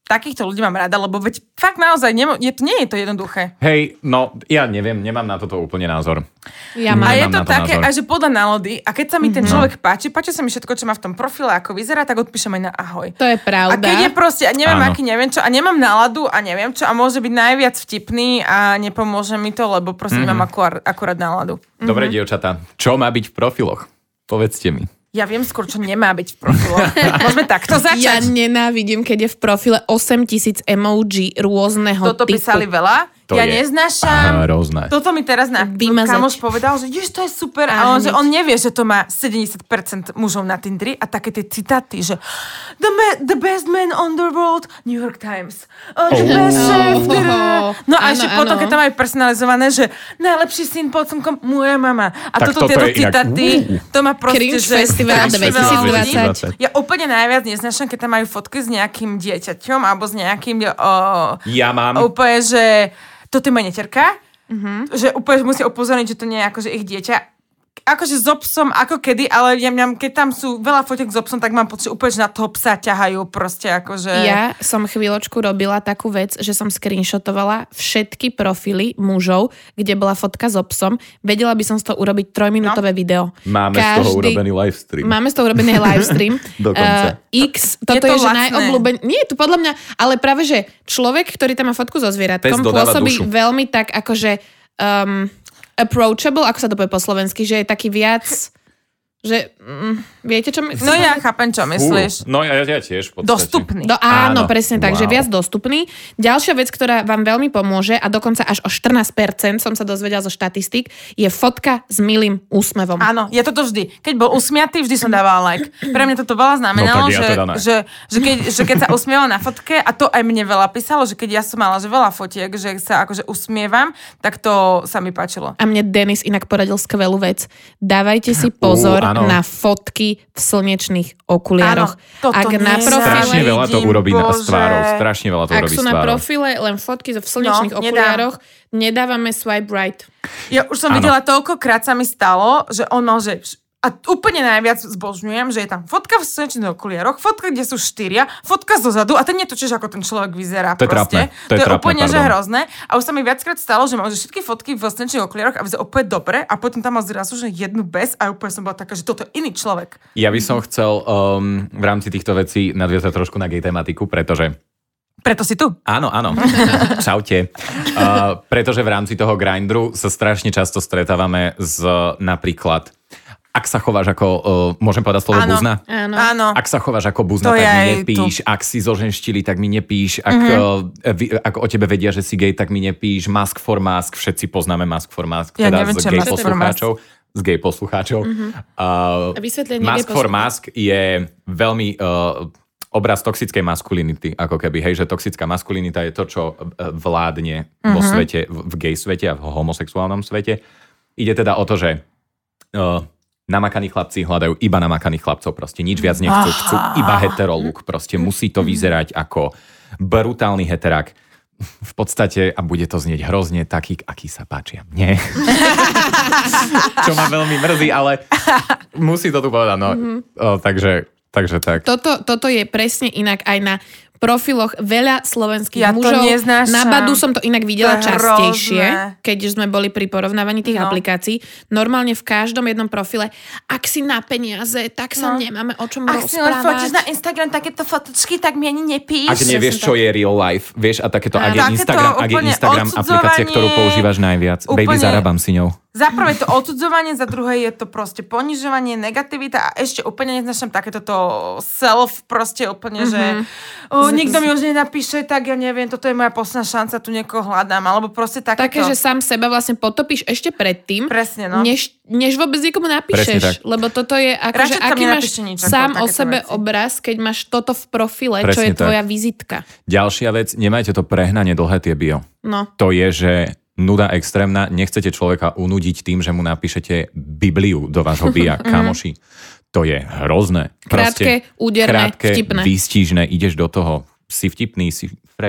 takýchto ľudí mám rada, lebo veď fakt naozaj, nemo, je, nie je to jednoduché. Hej, no ja neviem, nemám na toto úplne názor. Ja A mám. je to to také, názor. a že podľa nálady, a keď sa mi ten človek páči, páči sa mi všetko, čo má v tom profile, ako vyzerá, tak odpíšem aj na ahoj. To je pravda. A keď je proste, a neviem Áno. aký, neviem čo, a nemám náladu a neviem čo, a môže byť najviac vtipný a nepomôže mi to, lebo proste Mhm. nemám akurát, akurát náladu. Dobre, dievčatá, čo má byť v profiloch? Povedzte mi. Ja viem skôr, čo nemá byť v profiloch. Môžeme takto Ja začať. nenávidím, keď je v profile osemtisíc emoji rôzneho Toto typu. písali veľa. To ja je neznášam. hrozné. Toto mi teraz na Vymazať. kamoš povedal, že jež, to je super. A A on, že hneď. on nevie, že to má sedemdesiat percent mužov na Tinderi a také tie citáty, že the, ma- the best man on the world, New York Times. Oh, the Oh. best chef. Oh. No a Áno, ešte potom, áno. keď tam aj personalizované, že najlepší syn pod slnkom, moja mama. A Tak toto, toto tieto je inak- citáty, uh. to má proste, Cringe že Festival strašne veľa dvetisícdvadsať. ľudí. Ja úplne najviac neznášam, keď tam majú fotky s nejakým dieťaťom alebo s nejakým o, Ja mám. úplne, že toto je moja neterka, mm-hmm. že úplne musia upozorniť, že to nie je akože ich dieťa. Akože so psom, ako kedy, ale ja mňam, keď tam sú veľa fotiek so psom, tak mám pocit, úplne, že na toho psa ťahajú proste akože... Ja som chvíľočku robila takú vec, že som screenshotovala všetky profily mužov, kde bola fotka so psom. Vedela by som z toho urobiť trojminútové no. video. Máme z toho urobený livestream. Máme z toho urobený livestream. Dokonca. Uh, X, toto to je, je že lacné. najobľúben... Nie je to podľa mňa, ale práve, že človek, ktorý tam má fotku so zvieratkom, Pes dodáva pôsobí dušu. veľmi tak akože... Um, approachable, ako sa to povie po slovensky, že je taký viac... Že, mm, viete, čo my... No ja chápem, čo myslíš. Uh, no ja, ja tiež v podstate. Dostupný. Do, áno, Áno. presne tak, Wow. že viac dostupný. Ďalšia vec, ktorá vám veľmi pomôže, a dokonca až o štrnásť percent som sa dozvedela zo štatistík, je fotka s milým úsmevom. Áno, ja toto vždy. Keď bol usmiatý, vždy som dávala like. Pre mňa toto veľa znamenalo, No tak ja že, teda ne. že, že, keď, že keď sa usmievala na fotke, a to aj mne veľa písalo, že keď ja som mala že veľa fotiek, že sa akože usmievam, tak to sa mi páčilo. A mne Denis inak poradil skvelú vec. Dávajte si pozor Ú, áno. na fotky v slnečných okuliároch. Áno, toto Ak na nie. profile... Strašne veľa to Vidím, urobí na Bože. s tvárou. Strašne veľa to Ak urobí sú s na tvárou. profile len fotky zo slnečných No, nedám. okuliároch, nedávame swipe right. Ja už som Áno. videla toľkokrát sa mi stalo, že ono, že... A úplne najviac zbožňujem, že je tam fotka v slnečných okuliaroch, fotka, kde sú štyria, fotka zozadu a ten netočíš, ako ten človek vyzerá. To je proste. trápne. To je trápne, úplne že pardon. hrozné. A už sa mi viackrát stalo, že mám že všetky fotky v slnečných okuliaroch a vyzerá úplne dobre a potom tam mal zrazu, že jednu bez a úplne som bola taká, že toto je iný človek. Ja by som chcel um, v rámci týchto vecí nadviazať trošku na gay tematiku, pretože Preto si tu. Áno, áno. Čaute. Uh, pretože v rámci toho Grindru sa strašne často stretávame s napríklad, ak sa chováš ako, uh, môžem povedať slovo Áno. buzna? Áno. Áno. Ak sa chováš ako buzna, To tak je mi aj nepíš. Ak si zoženštili, tak mi nepíš. Ak, Mhm. uh, vy, ak o tebe vedia, že si gay, tak mi nepíš. Mask for mask. Všetci poznáme mask for mask. Ja teda neviem, z čo je gay mask for poslucháčov. Z gay poslucháčov. Mhm. Uh, A vysvetlenie mask gay for poslucháčov. mask je veľmi... Uh, obraz toxickej maskulinity, ako keby, hej, že toxická maskulinita je to, čo uh, vládne vo svete, v, v gay svete a v homosexuálnom svete. Ide teda o to, že uh, namakaní chlapci hľadajú iba namakaných chlapcov, proste nič viac nechcú, chcú iba heteroluk, proste musí to vyzerať ako brutálny heterák. V podstate, a bude to znieť hrozne, taký, aký sa páčia. Nie. Čo ma veľmi mrzí, ale musí to tu povedať, no. Mm-hmm. O, takže, takže tak. Toto, toto je presne inak aj na profiloch veľa slovenských Ja to mužov. neznášam. Na Badu som to inak videla To je častejšie, hrozné. keď sme boli pri porovnávaní tých No. aplikácií. Normálne v každom jednom profile, ak si na peniaze, tak sa No. nemáme o čom Ak si len fotíš na rozprávať. Instagram takéto fotočky, tak mi ani nepíš. Ak nevieš, čo je real life, vieš, a takéto, ak je Takéto Instagram, ak je úplne Instagram aplikácia, ktorú odsudzovanie, používaš najviac. Baby, úplne- zarábam si ňou. Za prvé je to odsudzovanie, za druhé je to proste ponižovanie, negativita a ešte úplne neznášam takéto to self, proste úplne, mm-hmm. že o, nikto mi už nenapíše, tak ja neviem, toto je moja posledná šanca, tu niekoho hľadám, alebo proste takéto. Také, že sám seba vlastne potopíš ešte predtým, Presne, no. než, než vôbec niekomu Presne napíšeš. tak. Lebo toto je ako, že Radšej tam aký máš nenapíšte nič, ako sám o takéto sebe veci. obraz, keď máš toto v profile, čo Presne je tak. tvoja vizitka. Ďalšia vec, nemajte to prehnanie dlhé tie bio. No. To je, že nuda extrémna, nechcete človeka unudiť tým, že mu napíšete Bibliu do vášho bia, kamoši. To je hrozné. Krátke, úderné, krátke, vtipné. výstižné, ideš do toho, si vtipný, si fresh,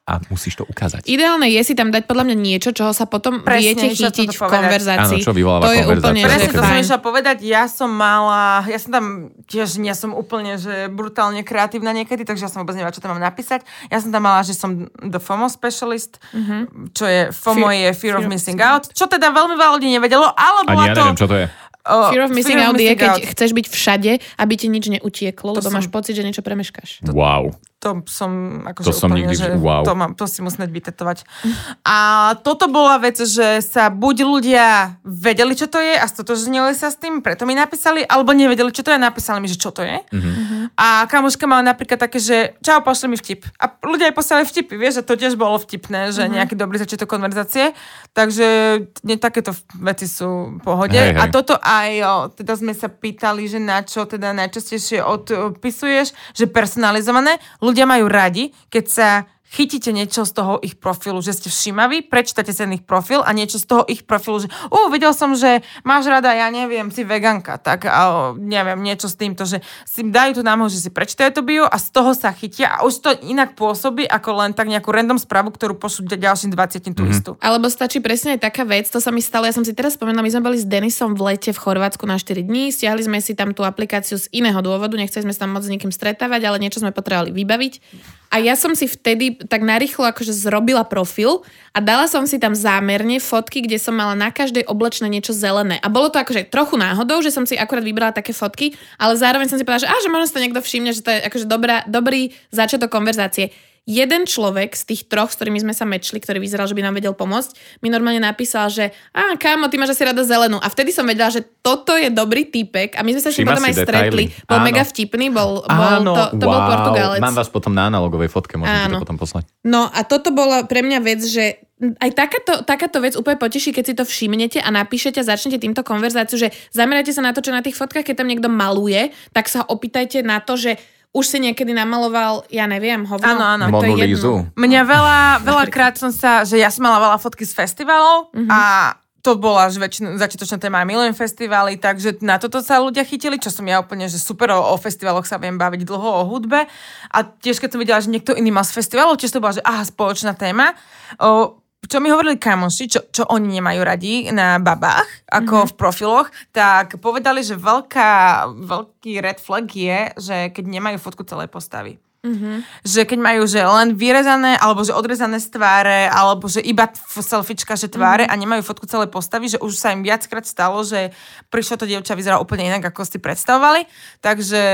a musíš to ukázať. Ideálne je si tam dať podľa mňa niečo, čoho sa potom Presne, viete chytiť v konverzácii. Áno, čo vyvoláva to je konverzáciu. úplne, Presne, že to som fajn. išla povedať, ja som mala, ja som tam tiež nie som úplne, že brutálne kreatívna niekedy, takže ja som vôbec nevedela, čo tam mám napísať. Ja som tam mala, že som the FOMO specialist, mm-hmm. čo je, FOMO Fear, je Fear of Missing Out, čo teda veľmi veľa ľudí nevedelo, ale bola Ani ja to... neviem, čo to je. Uh, Fear of missing out je, keď out. chceš byť všade, aby ti nič neutieklo, lebo som- máš pocit, že niečo premeškáš. Wow. To som akože To som úplne, nikdy- že wow. to, mám, to si musím vytetovať. A toto bola vec, že sa buď ľudia vedeli, čo to je a stotožnili sa s tým, preto mi napísali, alebo nevedeli, čo to je a napísali mi, že čo to je. Mm-hmm. A kamoška mala napríklad také, že čau, pošli mi vtip. A ľudia aj poslali vtipy, vieš, že to tiež bolo vtipné, že mm-hmm. nejaký dobrý začiatok konverzácie. Takže nie, takéto veci sú v pohode. Hej, hej. A toto aj, o, teda sme sa pýtali, že na čo teda najčastejšie odpisuješ, že personalizované. Ľudia majú radi, keď sa chytíte niečo z toho ich profilu, že ste všímaví, prečítate si ich profil a niečo z toho ich profilu, že uh, videl som, že máš rada, ja neviem, si veganka, tak a, neviem, niečo s týmto, že si dajú tu námahu, že si prečítajú to bio a z toho sa chytia a už to inak pôsobí, ako len tak nejakú random správu, ktorú pošlú ďalším dvadsiatim tú istú. Alebo stačí presne aj taká vec, to sa mi stalo, ja som si teraz spomenula, my sme boli s Denisom v lete v Chorvátsku na štyri dní, stiahli sme si tam tú aplikáciu z iného dôvodu, nechceli sme sa tam moc s nikým stretávať, ale niečo sme potrebovali vybaviť. A ja som si vtedy tak narýchlo akože zrobila profil a dala som si tam zámerne fotky, kde som mala na každej oblečné niečo zelené. A bolo to akože trochu náhodou, že som si akurát vybrala také fotky, ale zároveň som si povedala, že, á, že možno si to niekto všimne, že to je akože dobrá, dobrý začiatok konverzácie. Jeden človek z tých troch, s ktorými sme sa mečli, ktorý vyzeral, že by nám vedel pomôcť, mi normálne napísal, že á, kámo, ty máš asi rada zelenú. A vtedy som vedela, že toto je dobrý týpek. A my sme sa s ním potom aj stretli. Bol Áno. mega vtipný, bol, bol, Áno, to, to wow. bol Portugálec. Mám vás potom na analogovej fotke, môžem ti to potom poslať. No a toto bola pre mňa vec, že aj takáto, takáto vec úplne poteší, keď si to všimnete a napíšete a začnete týmto konverzáciu, že zamerajte sa na to, čo na tých fotkách, keď tam niekto maluje, tak sa opýtajte na to, že už si niekedy namaloval, ja neviem, hovno. Áno, áno. To je Monu Lízu. jedno. Mňa veľa, veľakrát som sa, že ja som mala veľa fotky z festivalov mm-hmm. a to bola že väčšina, začiatočná téma, ja milujem festivaly, takže na toto sa ľudia chytili, čo som ja úplne, že super, o, o festivaloch sa viem baviť dlho, o hudbe. A tiež keď som videla, že niekto iný mal z festivalov, tiež to bola, že aha, spoločná téma. O, čo mi hovorili kamoši, čo, čo oni nemajú radi na babách, ako mm-hmm. v profiloch, tak povedali, že veľká, veľký red flag je, že keď nemajú fotku celej postavy. Mm-hmm. Že keď majú že len vyrezané, alebo že odrezané z tváre, alebo že iba selfiečka, že tváre mm-hmm. a nemajú fotku celej postavy, že už sa im viackrát stalo, že prišlo to dievča, vyzerá úplne inak, ako si predstavovali. Takže...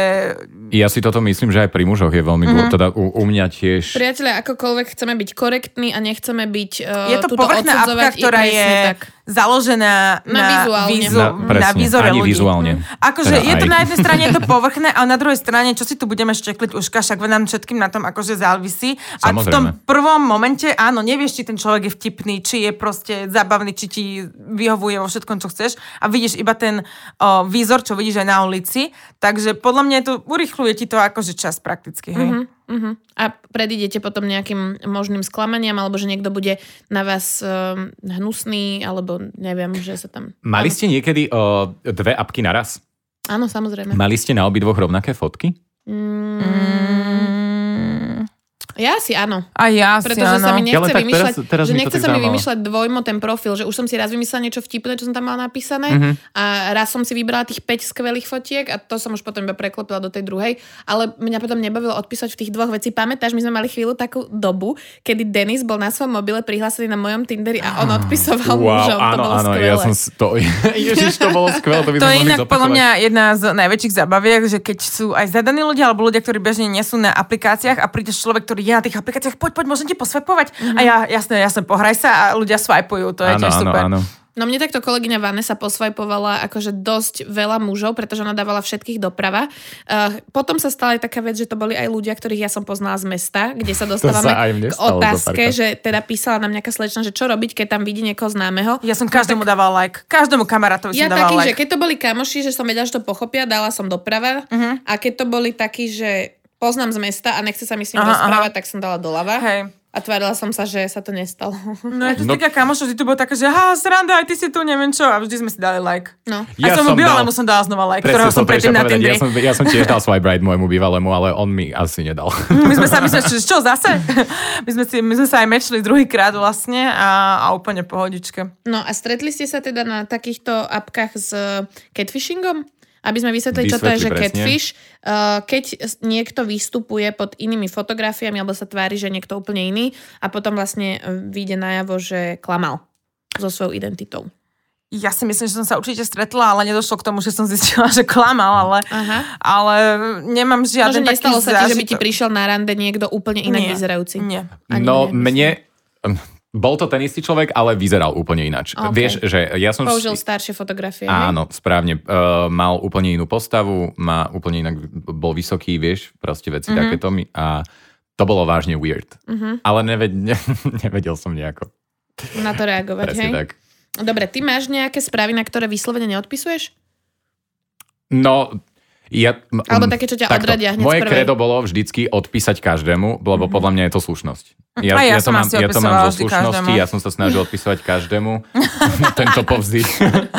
Ja si toto myslím, že aj pri mužoch je veľmi dôležité, mm-hmm. teda u, u mňa tiež. Priatelia, akokoľvek chceme byť korektní a nechceme byť uh, je to povrchná apka, ktorá je tak založená na, na vizuálne. Vízu, Na, presne, na výzore ani ľudí. vizuálne. Akože Teda je to aj. na jednej strane je to povrchné, a na druhej strane, čo si tu budeme štekliť uška, však nám všetkým na tom akože závisí. A v tom prvom momente, áno, nevieš, či ten človek je vtipný, či je proste zábavný, či ti vyhovuje vo všetkom, čo chceš. A vidíš iba ten o, výzor, čo vidíš aj na ulici. Takže podľa mňa to urychluje ti to akože čas prakticky. Hej? Uh-huh, uh-huh. A predídete potom nejakým možným sklamaniam, alebo že niekto bude na vás um, hnusný, alebo neviem, že sa tam... Mali ste niekedy o, dve apky naraz? Áno, samozrejme. Mali ste na obidvoch rovnaké fotky? Mm, ja asi áno. A ja asi Pretože áno. sa mi nechce Ja len tak vymýšľať, teraz- teraz že mi to nechce tak sa mi zaujímalo. vymýšľať dvojmo ten profil, že už som si raz vymyslela niečo vtipné, čo som tam mala napísané Mhm. a raz som si vybrala tých päť skvelých fotiek a to som už potom iba preklopila do tej druhej, ale mňa potom nebavilo odpísať v tých dvoch vecí. Pamätáš, my sme mali chvíľu takú dobu, kedy Denis bol na svojom mobile prihlásený na mojom Tinderi a on odpisoval mužom. To áno, bolo áno, skvelé. ja som si to... Ježiš, to bolo skvelé, to by To sme je mohli inak podľa zopakovať. mňa jedna z najväčších zábaviek, že keď sú aj zadaní ľudia, alebo ľudia, ktorí bežne nie sú na aplikáciách a príde človek, ktorý je na tých aplikáciách, poď, poď, môžem ti posvepovať. Mm-hmm. A ja, jasné, jasné, pohraj sa a ľudia swajpujú, to je Áno, tiež áno, super. áno. No mne takto kolegyňa Vanessa posvajpovala akože dosť veľa mužov, pretože ona dávala všetkých doprava. Uh, potom sa stala aj taká vec, že to boli aj ľudia, ktorých ja som poznala z mesta, kde sa dostávame sa aj mne k stalo otázke, zopárkrát. že teda písala nám nejaká slečna, že čo robiť, keď tam vidí niekoho známeho. Ja som každému dával like. Každému kamarátovi Ja som dával taký, like. že keď to boli kamoši, že som vedela, že to pochopia, dala som doprava. Uh-huh. A keď to boli takí, že poznám z mesta a nechce sa mi s ním Aha, rozprávať, aha. tak som dala doľava. Hej. A tvárila som sa, že sa to nestalo. No je to no. taká kamoša, vždy to bolo také, že ha, sranda, aj ty si tu, neviem čo. A vždy sme si dali like. No. Ja a som mu bývalému som dala znova like, ktorého som predtým na Tinderi. Ja som, ja som tiež dal swipe right môjmu bývalému, ale on mi asi nedal. My sme sa mysleli, čo zase? My sme, si, my sme sa aj mečili druhýkrát vlastne a, a úplne pohodičke. No a stretli ste sa teda na takýchto apkách s catfishingom? Aby sme vysvetlili, čo to je, že presne. Catfish. Keď niekto vystupuje pod inými fotografiami alebo sa tvári, že niekto úplne iný a potom vlastne vyjde najavo, že klamal so svojou identitou. Ja si myslím, že som sa určite stretla, ale nedošlo k tomu, že som zistila, že klamal, ale, ale nemám žiaden no, taký nestalo sa ti, že by ti prišiel na rande niekto úplne inak Nie. vyzerajúci? Nie. Ani no nemyslím. mne... Bol to ten istý človek, ale vyzeral úplne ináč. Okay. Vieš, že ja som... Použil staršie fotografie. Áno, ne? správne. Uh, mal úplne inú postavu, má úplne inak, bol vysoký, vieš, proste veci mm-hmm. takéto mi. A to bolo vážne weird. Mm-hmm. Ale neved, ne, nevedel som nejako. Na to reagovať, Presne hej? tak. Dobre, ty máš nejaké správy, na ktoré vyslovene neodpisuješ? No... Ja, Alebo také, čo ťa takto, odradia hneď moje z prvej. kredo bolo vždycky odpísať každému, lebo mm-hmm. podľa mňa je to slušnosť. A Ja, ja, ja, to, mám, ja to mám zo slušnosti, každému. ja som sa snažil odpisovať každému. Tento povzdych.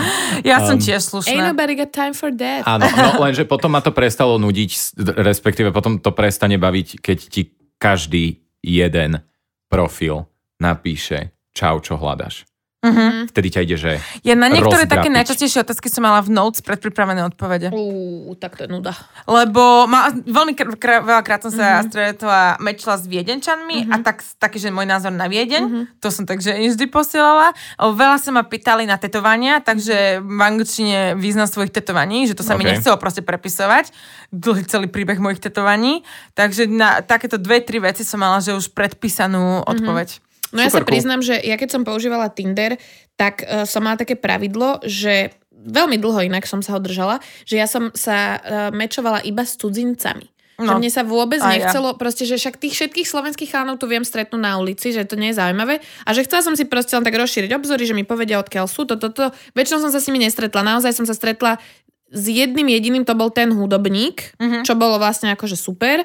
Ja um, som tiež Ain't slušná. nobody got time for that. Áno, no lenže potom ma to prestalo nudiť, respektíve potom to prestane baviť, keď ti každý jeden profil napíše čau, čo hľadaš. Uh-huh. Vtedy ťa ide, že Ja na niektoré rozdrapiť. také najčastejšie otázky som mala v notes predpripravené odpovede. Uú, tak to je nuda. Lebo ma, veľmi kr- kr- veľakrát som sa Mhm. stretla, mečla s Viedenčanmi Mhm. a tak, taký, že môj názor na Viedeň, Mhm. to som takže im vždy posielala. O, Veľa sa ma pýtali na tetovania, takže v angličtine význam svojich tetovaní, že to sa mi Okay. nechcelo proste prepisovať. Dlhý celý príbeh mojich tetovaní. Takže na takéto dve, tri veci som mala, že už predpísanú odpoveď. No ja sa Super cool. priznám, že ja keď som používala Tinder, tak uh, som mala také pravidlo, že veľmi dlho inak som sa ho držala, že ja som sa uh, mečovala iba s cudzincami. No. Že mne sa vôbec A nechcelo, ja. proste, že však tých všetkých slovenských chalanov tu viem stretnúť na ulici, že to nie je zaujímavé. A že chcela som si proste len tak rozšíriť obzory, že mi povedia, odkiaľ sú, toto, toto. Väčšinou som sa s nimi nestretla. Naozaj som sa stretla s jedným jediným, to bol ten hudobník, uh-huh. čo bolo vlastne akože super.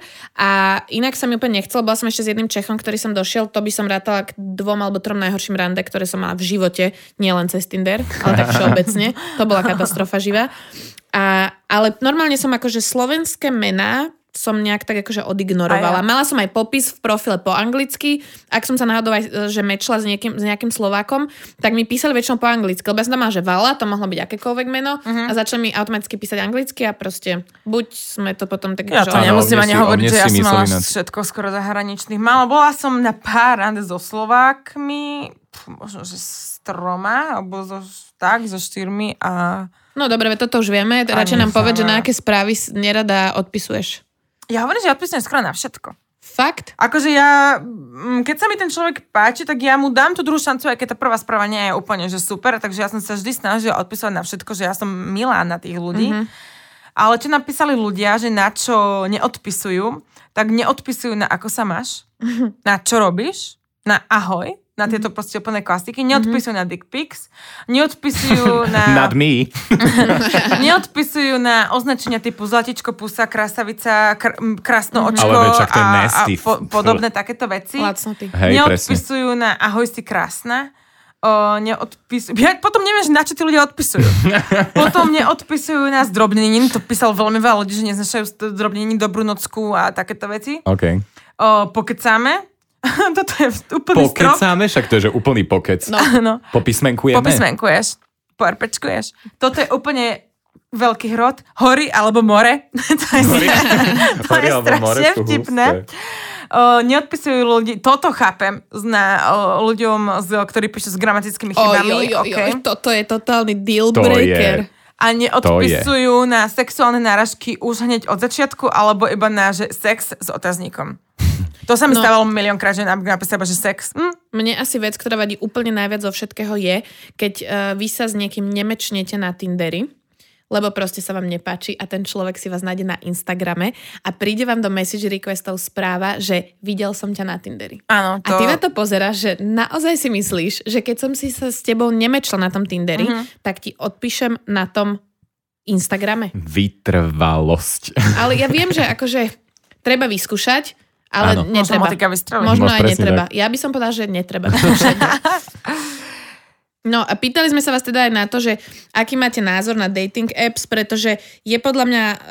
A inak sa mi úplne nechcelo. Bola som ešte s jedným Čechom, ktorý som došiel, to by som rátala k dvom alebo trom najhorším rande, ktoré som mala v živote, nielen cez Tinder, ale tak všeobecne. To bola katastrofa živá. A, ale normálne som akože slovenské mená som nejak tak akože odignorovala. Ja. Mala som aj popis v profile po anglicky. Ak som sa náhodou aj, že mečla s nejakým, s nejakým Slovákom, tak mi písali väčšinou po anglicky. Lebo ja som tam mala, že Vala, to mohlo byť akékoľvek meno uh-huh. a začali mi automaticky písať anglicky a proste buď sme to potom tak... Ja to že... nemusím ani hovoriť, že ja som mala na... všetko skoro zahraničných. Mala, bola som na pár rande so Slovákmi, možno, že s troma, alebo so, tak, so štyrmi a... No dobre, toto už vieme. Radšej nám povedz, že na aké správy nerada odpisuješ. Ja hovorím, že odpisujem skoro na všetko. Fakt? Akože ja, keď sa mi ten človek páči, tak ja mu dám tú druhú šancu, aj keď tá prvá správa nie je úplne že super, takže ja som sa vždy snažila odpisovať na všetko, že ja som milá na tých ľudí. Mm-hmm. Ale čo napísali ľudia, že na čo neodpisujú, tak neodpisujú na ako sa máš, mm-hmm. na čo robíš, na ahoj, na tieto mm-hmm. proste úplné klasiky, neodpisujú mm-hmm. na dick pics, neodpisujú na... Not me. neodpisujú na označenia typu zlatičko, pusa, krasavica, kr- krásno očko mm-hmm. a, a po, podobné takéto veci. Lacnoty. Hej, neodpisujú presne. Na ahoj si krásna. O, neodpisujú... Ja potom neviem, na čo tí ľudia odpisujú. Potom neodpisujú na zdrobneniny, to písal veľmi veľa ľudí, že neznašajú zdrobneniny, dobrú nocku a takéto veci. OK. O, pokecáme. Toto je úplný strop. Pokecáme? Však to je, že úplný pokec. No. no. Popísmenkujeme? Popísmenkuješ. Poerpečkuješ. Toto je úplne veľký hrot. Hory alebo more. to je, Hory, to Hory je alebo more strašne sú vtipné. O, neodpisujú ľudí, toto chápem na o, ľuďom, z, ktorí píšu s gramatickými chybami. Oj, oj, oj, okay. oj, toto je totálny deal To breaker. je. A neodpisujú na sexuálne náražky už hneď od začiatku, alebo iba na že sex s otáznikom. To sa mi No. stávalo miliónkrát, že napísala, že sex. Hm? Mne asi vec, ktorá vadí úplne najviac zo všetkého je, keď uh, vy sa s niekým nemečnete na Tinderi, lebo proste sa vám nepáči a ten človek si vás nájde na Instagrame a príde vám do message requestov správa, že videl som ťa na Tinderi. Áno, to... A ty na to pozeráš, že naozaj si myslíš, že keď som si sa s tebou nemečla na tom Tinderi, uh-huh. tak ti odpíšem na tom Instagrame. Vytrvalosť. Ale ja viem, že akože treba vyskúšať, Ale Áno. netreba. Možno Možno aj netreba. tak. Ja by som povedala, že netreba. No a pýtali sme sa vás teda aj na to, že aký máte názor na dating apps, pretože je podľa mňa uh,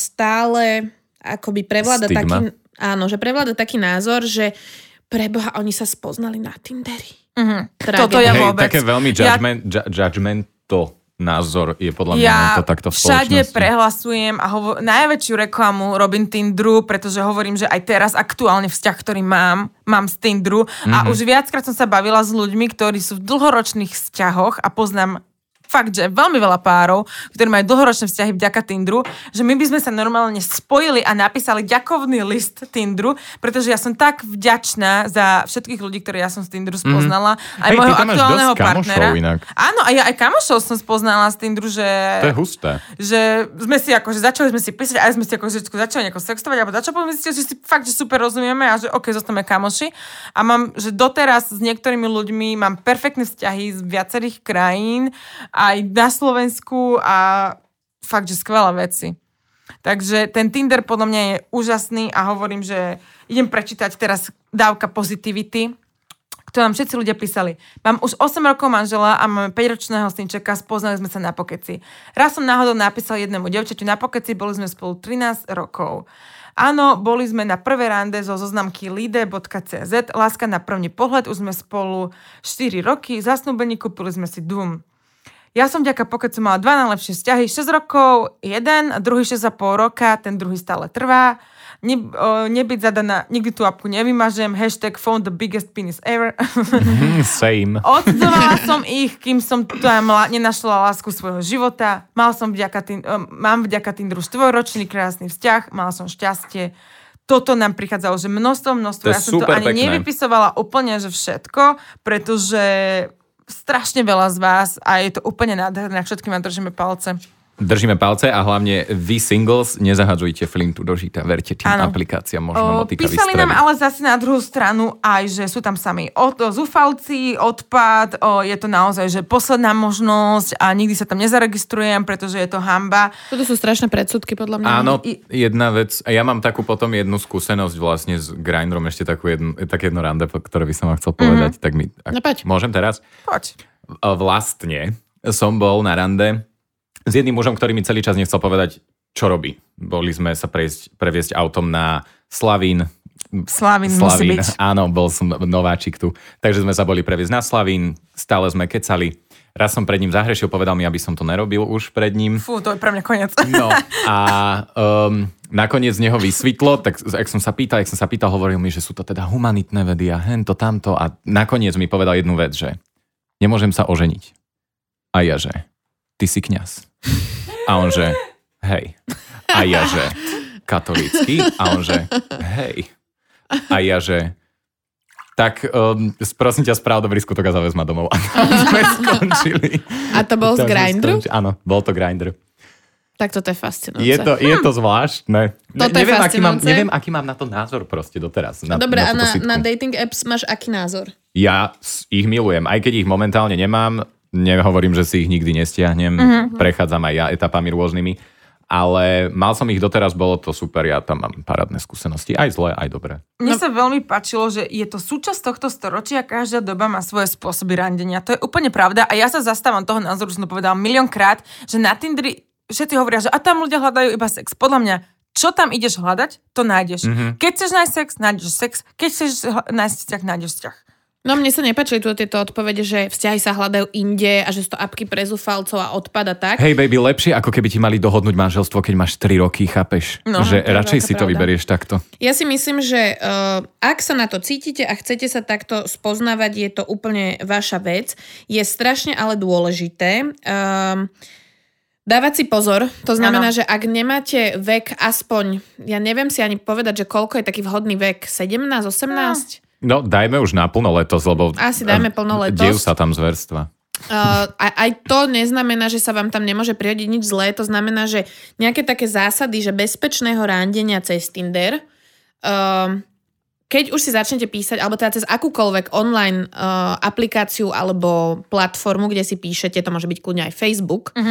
stále akoby prevláda Stigma. taký, áno, že prevláda taký názor, že preboha, oni sa spoznali na Tinderi. Uh-huh. Tragédia. Toto ja Hej, vôbec. také veľmi judgment, ja... ju- judgmento názor je podľa mňa Ja to takto v všade spoločnosti. prehlasujem a hovo- najväčšiu reklamu robím Tinderu, pretože hovorím, že aj teraz aktuálne vzťah, ktorý mám, mám z Tinderu mm-hmm. a už viackrát som sa bavila s ľuďmi, ktorí sú v dlhoročných vzťahoch a poznám fakt, že veľmi veľa párov, ktorí majú dlhoročné vzťahy vďaka Tinderu, že my by sme sa normálne spojili a napísali ďakovný list Tinderu, pretože ja som tak vďačná za všetkých ľudí, ktorí ja som z Tinderu spoznala, mm-hmm. aj Hej, môjho ty tam máš aktuálneho dosť kamošov partnera. inak. Áno, a ja aj kamošov som spoznala z Tinderu, že... To je husté. Že sme si akože začali sme si písať, aj sme si akože začali nejako sextovať, alebo začali sme si, že si fakt, že super rozumieme a že ok, zostaneme kamoši. A mám, že doteraz s niektorými ľuďmi mám perfektné vzťahy z viacerých krajín, aj na Slovensku a fakt, že skvelé veci. Takže ten Tinder podľa mňa je úžasný a hovorím, že idem prečítať teraz dávka positivity, ktoré nám všetci ľudia písali. Mám už osem rokov manžela a máme päťročného synčeka, spoznali sme sa na pokeci. Raz som náhodou napísal jednému dievčaťu na pokeci, boli sme spolu trinásť rokov. Áno, boli sme na prvé rande zo zoznamky lide bodka cé zet, láska na prvý pohľad, už sme spolu štyri roky, zasnúbení, kúpili sme si dům. Ja som vďaka pokecu mala dva najlepšie vzťahy, šesť rokov, jeden, a druhý šesť a pol roka, ten druhý stále trvá. Ne, o, nebyť zadaná, nikdy tú apku nevymažem, hashtag found the biggest penis ever. Same. Odsudzovala som ich, kým som tam nenašla lásku svojho života. Mal som vďaka tým, mám vďaka Tinderu štvoročný krásny vzťah, mala som šťastie. Toto nám prichádzalo, že množstvo, množstvo. To Ja som to ani pekné. nevypisovala úplne, že všetko, pretože strašne veľa z vás a je to úplne nádherné. Všetkým vám držíme palce. Držíme palce a hlavne vy singles nezahadzujte flintu do žita. Verte tým Áno. aplikáciám, možno motika Písali vystrelí. nám ale zase na druhú stranu aj, že sú tam sami od, zúfalci, odpad, o, je to naozaj, že posledná možnosť a nikdy sa tam nezaregistrujem, pretože je to hanba. Toto sú strašné predsudky, podľa mňa. Áno, jedna vec, a ja mám takú potom jednu skúsenosť vlastne s Grindrom, ešte takú jednu, také jedno rande, ktoré by som vám chcel povedať. Mm-hmm. Tak mi, ak, No poď. Môžem teraz? Poď. Vlastne som bol na rande s jedným mužom, ktorý mi celý čas nechcel povedať, čo robí. Boli sme sa prejsť, previesť autom na Slavín. Slavín musí byť. Áno, bol som nováčik tu. Takže sme sa boli previesť na Slavín, stále sme kecali. Raz som pred ním zahrešil, povedal mi, aby som to nerobil už pred ním. Fú, to je pre mňa koniec. No a um, nakoniec z neho vysvetlo, tak ak som sa pýtal, ak som sa pýtal, hovoril mi, že sú to teda humanitné vedy a hento, tamto. A nakoniec mi povedal jednu vec, že nemôžem sa oženiť. A ja, že ty si kňaz. A on, že hej. A ja, že katolícky. A on, že hej. A ja, že tak um, prosím ťa, správ dobrý skutok a zaves ma domov. A sme skončili. A to bol z Grindru? Áno, bol to Grindr. Tak toto je fascinujúce. Je to, je to zvláštne. Ne, Toto je neviem, aký mám, fascinujúce. neviem, aký mám na to názor proste doteraz. Na, Dobre, na a na, túto sitku. na dating apps máš aký názor? Ja ich milujem, aj keď ich momentálne nemám, nehovorím, že si ich nikdy nestiahnem, Mhm. mm-hmm. prechádzam aj ja etapami rôznymi, ale mal som ich doteraz, bolo to super, ja tam mám parádne skúsenosti, aj zlé, aj dobré. Mne sa veľmi páčilo, že je to súčasť tohto storočia, každá doba má svoje spôsoby randenia. To je úplne pravda a ja sa zastávam toho názoru, že som to povedala miliónkrát, že na Tinderi všetci hovoria, že a tam ľudia hľadajú iba sex. Podľa mňa, čo tam ideš hľadať, to nájdeš. Mm-hmm. Keď chceš nájsť sex, nájdeš sex. Keď chceš nájsť vzťah, nájdeš vzťah. No mne sa nepáčili tu tieto odpovede, že vzťahy sa hľadajú inde a že sú to apky pre zúfalcov a odpada tak. Hej baby, lepšie ako keby ti mali dohodnúť manželstvo, keď máš tri roky, chápeš? No, že to je radšej veľká si to pravda. vyberieš takto. Ja si myslím, že uh, ak sa na to cítite a chcete sa takto spoznávať, je to úplne vaša vec. Je strašne ale dôležité um, dávať si pozor. To znamená, ano. Že ak nemáte vek aspoň, ja neviem si ani povedať, že koľko je taký vhodný vek, sedemnásť, osemnásť? No, dajme už na plno letos, lebo Asi dajme plno letos. dejú sa tam zverstva. Uh, a aj to neznamená, že sa vám tam nemôže prirodiť nič zlé. To znamená, že nejaké také zásady, že bezpečného randenia cez Tinder, uh, keď už si začnete písať, alebo teda cez akúkoľvek online uh, aplikáciu alebo platformu, kde si píšete, to môže byť kľudne aj Facebook, uh-huh.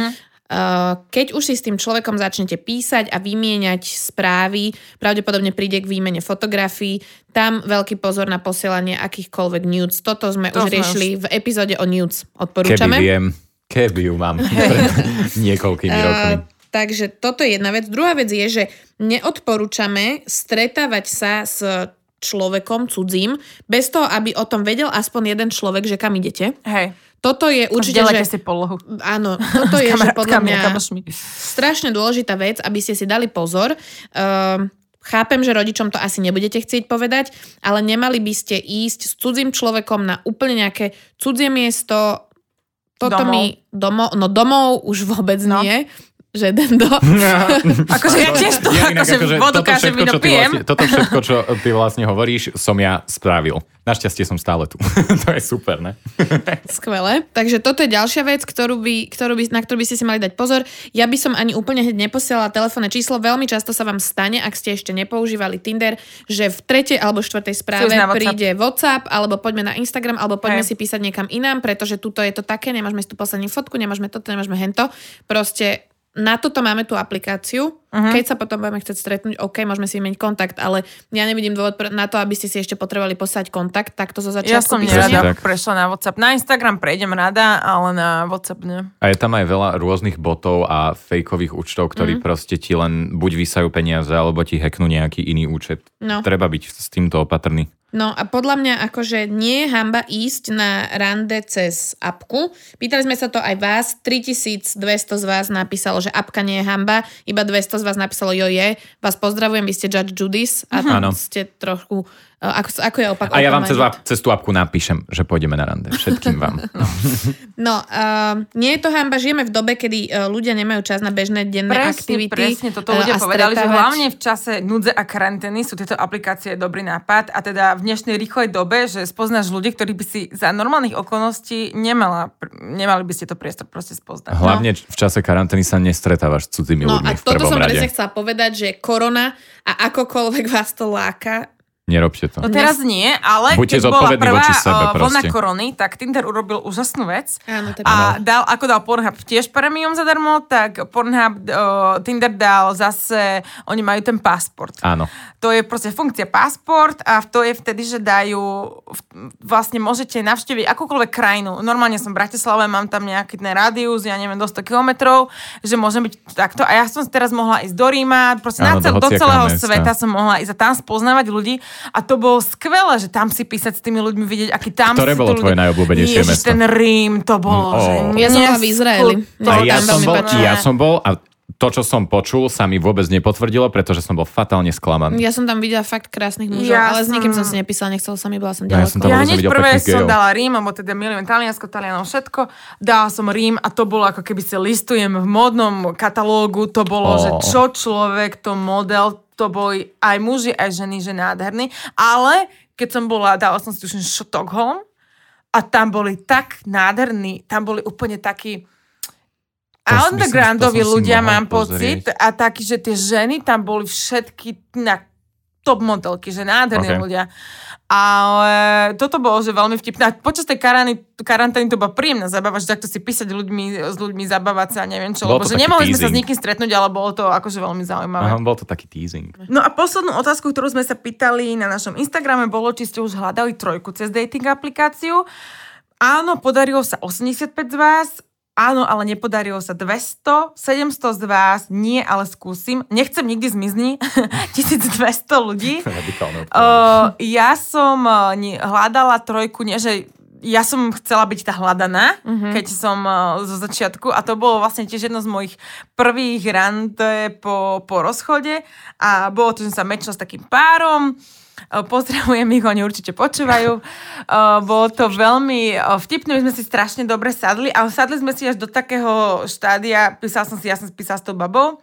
keď už si s tým človekom začnete písať a vymieňať správy, pravdepodobne príde k výmene fotografií, tam veľký pozor na posielanie akýchkoľvek nudes. Toto sme to už riešili už v epizóde o nudes. Odporúčame. Keby viem, keby ju mám pred niekoľkými rokmi. Uh, takže toto je jedna vec. Druhá vec je, že neodporúčame stretávať sa s človekom cudzím bez toho, aby o tom vedel aspoň jeden človek, že kam idete. Hej. Toto je určite, že... si polohu. Áno, toto je, že podľa mňa strašne dôležitá vec, aby ste si dali pozor. Uh, chápem, že rodičom to asi nebudete chcieť povedať, ale nemali by ste ísť s cudzím človekom na úplne nejaké cudzie miesto. Toto domov. mi... Domov, no domov už vôbec no. nie. Že den do... akože ja tiež to, ja akože akože vodu káže víno pijem. Vlastne, toto všetko, čo ty vlastne hovoríš, som ja spravil. Našťastie som stále tu. To je super, ne? Skvelé. Takže toto je ďalšia vec, ktorú by, ktorú by, na ktorú by ste si mali dať pozor. Ja by som ani úplne hneď neposielala telefónne číslo. Veľmi často sa vám stane, ak ste ešte nepoužívali Tinder, že v tretej alebo štvrtej správe WhatsApp. príde WhatsApp, alebo poďme na Instagram, alebo poďme Hej. si písať niekam inám, pretože tuto je to také, nemáme si tu poslední fotku, nemáme toto, nemáme hento. Proste na toto máme tú aplikáciu. Uh-huh. Keď sa potom budeme chcieť stretnúť, OK, môžeme si vymeniť kontakt, ale ja nevidím dôvod na to, aby ste si ešte potrebovali poslať kontakt, tak to zo začiatku. Ja som nerada prešla na WhatsApp. Na Instagram prejdem rada, ale na WhatsApp nie. A je tam aj veľa rôznych botov a fejkových účtov, ktorí uh-huh. proste ti len buď vysajú peniaze, alebo ti hacknú nejaký iný účet. No. Treba byť s týmto opatrný. No a podľa mňa akože nie je hanba ísť na rande cez apku. Pýtali sme sa to aj vás. tritisícdvesto z vás napísalo, že apka nie je hanba. Iba dvesto z vás napísalo jo je. Vás pozdravujem, vy ste Judge Judis a uh-huh. ste trochu... Ako, ako je opak? A ja vám cez, cez tú apku napíšem, že pôjdeme na rande. Všetkým vám. No, no uh, nie je to hanba. Žijeme v dobe, kedy uh, ľudia nemajú čas na bežné denné presne, aktivity. Presne, toto ľudia uh, povedali, že hlavne v čase núdze a karantény sú tieto aplikácie dobrý nápad a teda v dnešnej rýchlej dobe, že spoznáš ľudí, ktorí by si za normálnych okolností nemala, nemali by ste to priestor proste spoznať. Hlavne no. v čase karantény sa nestretávaš s cudzými no, ľuďmi v prvom rade. No a toto som presne chcela povedať, že korona a akokoľvek vás to láka, nerobte to. No teraz nie, ale buďte keď bola prvá sebe, vlna korony, tak Tinder urobil úžasnú vec. Áno, a dal, ako dal Pornhub tiež premium zadarmo, tak Pornhub, uh, Tinder dal zase, oni majú ten pasport. Áno. To je proste funkcia pasport a to je vtedy, že dajú, vlastne môžete navštíviť akúkoľvek krajinu. Normálne som v Bratislave, mám tam nejaký ten rádius, ja neviem, do sto kilometrov, že môžem byť takto. A ja som teraz mohla ísť do Ríma, proste Áno, na cel, do, do celého mesta. sveta som mohla ísť a tam spoznávať ľudí. A to bolo skvelé, že tam si písať s tými ľuďmi, vidieť, aký tam Ktoré bolo tvoje najobľúbenejšie mesto? ten Rím, to bolo, oh. že... Ja som bola v Izraeli. Ja som bol, ja som bol a to, čo som počul, sa mi vôbec nepotvrdilo, pretože som bol fatálne sklamaný. Ja som tam videla fakt krásnych mužov, ja ale som... s nikým som si nepísala, nechcela som, bola som ďaleko. Ja, som tam ja hneď prvé som gejov. dala Rím, alebo teda milujem Taliansko, Talianov, všetko. Dala som Rím a to bolo ako keby si listujem v módnom katalógu, to bolo, oh. že čo človek, to model, to boli aj muži, aj ženy, že nádherný. Ale keď som bola, dala som si tuším Štokholm a tam boli tak nádherní, tam boli úplne takí undergroundoví ľudia, mám pocit. A takí, že tie ženy tam boli všetky na top modelky, že nádherní okay. ľudia. Ale toto bolo, že veľmi vtipné. Počas tej karantény to bola príjemná zabava, že takto si písať ľuďmi, s ľuďmi, zabávať sa, neviem čo. Lebo že nemohli teasing. sme sa s nikým stretnúť, ale bolo to akože veľmi zaujímavé. Aha, bol to taký teasing. No a poslednú otázku, ktorú sme sa pýtali na našom Instagrame, bolo, či ste už hľadali trojku cez dating aplikáciu. Áno, podarilo sa osemdesiatpäť z vás. Áno, ale nepodarilo sa dvesto, sedemsto z vás, nie, ale skúsim. Nechcem nikdy zmizni. tisícdvesto ľudí. uh, ja som uh, hľadala trojku, nie, že ja som chcela byť tá hľadaná, uh-huh. keď som uh, zo začiatku a to bolo vlastne tiež jedno z mojich prvých rande po, po rozchode a bolo to, že sa mečila s takým párom. Pozdravujem ich, oni určite počúvajú. Uh, bolo to veľmi uh, vtipné, my sme si strašne dobre sadli, ale sadli sme si až do takého štádia, písala som si, ja som spísala s tou babou,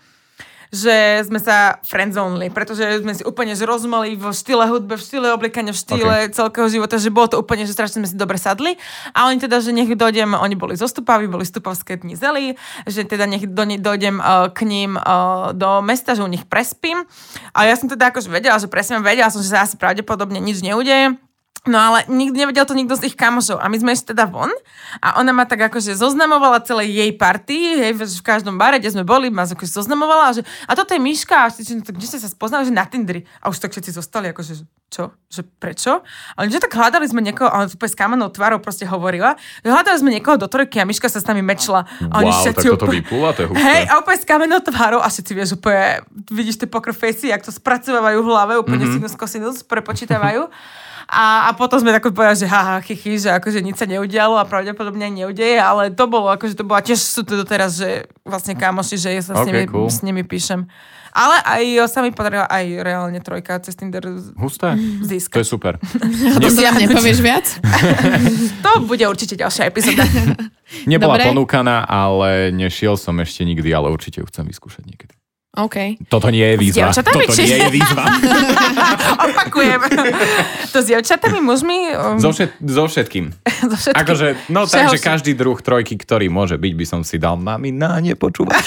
že sme sa friendzoneli, pretože sme si úplne že rozumeli v štýle hudbe, v štýle obliekania, v štýle okay. celkého života, že bolo to úplne, že strašne sme si dobre sadli. A oni teda, že nech dojdem, oni boli zo Stupavy, boli stupavské dni zelí, že teda nech do, dojdem uh, k ním uh, do mesta, že u nich prespím. A ja som teda akože vedela, že presne vedela som, že sa asi pravdepodobne nič neudeje. No ale nikdy nevedel to nikto z ich kamošov. A my sme ešte teda von a ona ma tak akože zoznamovala celej jej party, hej, v každom bare, kde sme boli, ma akože zoznamovala a že a toto je Miška, a že, kde ste sa spoznali, že na Tinderi. A už tak všetci zostali akože, čo? Že prečo? A že tak hľadali sme niekoho, a ona úplne s kamenou tvárou proste hovorila, že hľadali sme niekoho do trojky a Miška sa s nami mečla. A wow, tak toto úplne, vyplúva, to je husté. Hej, a úplne s kamenou tvárou a všetci vieš úplne, vidíš tie poker facey, jak to spracovávajú v hlave, úplne mm-hmm. sinus, kosinus, prepočítavajú. A, a potom sme tak povedali, že haha, chichy, že akože nič sa neudialo a pravdepodobne neudeje, ale to bolo, akože to bola tiež sú to doteraz, že vlastne kamoši, že ja sa okay, s, nimi, cool. s nimi píšem. Ale aj sa mi podarila aj reálne trojka cez Tinder Husté. získať. To je super. A to si nám nepovieš viac? To bude určite ďalšia epizóda. Nebola Dobre. ponúkaná, ale nešiel som ešte nikdy, ale určite ju chcem vyskúšať niekedy. OK. Toto nie je výzva. Toto či... nie je výzva. Opakujem. To s dievčatami, mužmi? Um... So, všet, so všetkým. so všetkým. Akože, no Všeho takže si... každý druh trojky, ktorý môže byť, by som si dal. Mami, na, nepočúvaj.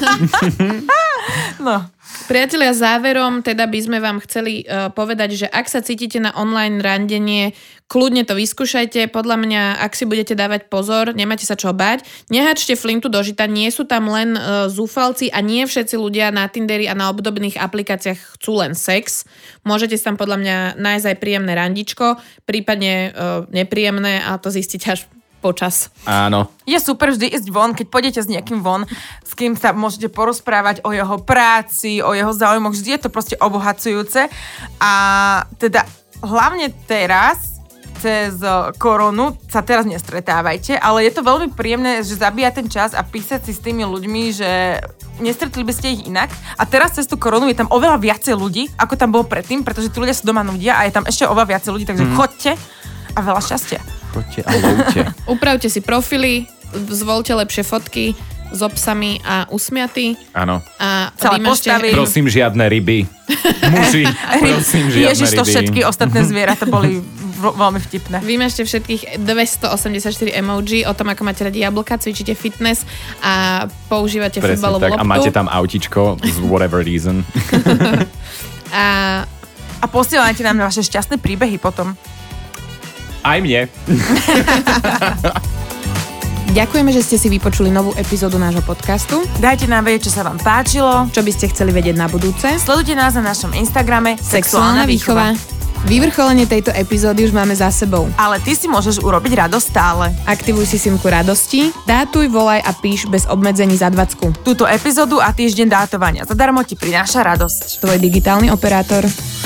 No. Priatelia, záverom teda by sme vám chceli uh, povedať, že ak sa cítite na online randenie, kľudne to vyskúšajte. Podľa mňa, ak si budete dávať pozor, nemáte sa čo báť. Nehačte flintu do žita, nie sú tam len uh, zúfalci a nie všetci ľudia na Tinderi a na obdobných aplikáciách chcú len sex. Môžete si tam podľa mňa nájsť aj príjemné randičko, prípadne uh, nepríjemné a to zistíte až počas. Áno. Je super vždy ísť von, keď pôjdete s niekým von, s kým sa môžete porozprávať o jeho práci, o jeho záujmoch, vždy je to proste obohacujúce a teda hlavne teraz cez koronu sa teraz nestretávajte, ale je to veľmi príjemné, že zabíja ten čas a písať si s tými ľuďmi, že nestretli by ste ich inak a teraz cez tú koronu je tam oveľa viacej ľudí, ako tam bolo predtým, pretože tí ľudia sa doma nudia a je tam ešte oveľa viacej ľudí, takže mm. chodte a veľa šťastia. Chodte a lovte. Upravte si profily, zvolte lepšie fotky s obsami a usmiaty. Áno. A celé postavy. Prosím, žiadne ryby. Muži, prosím, žiadne Ježiš, to ryby. všetky ostatné zvieratá boli v- veľmi vtipné. Vymažte všetkých dvestoosemdesiatštyri emoji o tom, ako máte radi jablka, cvičíte fitness a používate Presne futbalovú tak. loptu. A máte tam autičko z whatever reason. A A posielajte nám vaše šťastné príbehy potom. Aj mne. ďakujeme, že ste si vypočuli novú epizódu nášho podcastu. Dajte nám vedieť, čo sa vám páčilo. Čo by ste chceli vedieť na budúce? Sledujte nás na našom Instagrame Sexuálna výchova. Vyvrcholenie tejto epizódy už máme za sebou. Ale ty si môžeš urobiť radosť stále. Aktivuj si simku radosti, dátuj, volaj a píš bez obmedzení za dvacku. Túto epizódu a týždeň dátovania zadarmo ti prináša radosť. Tvoj digitálny operátor.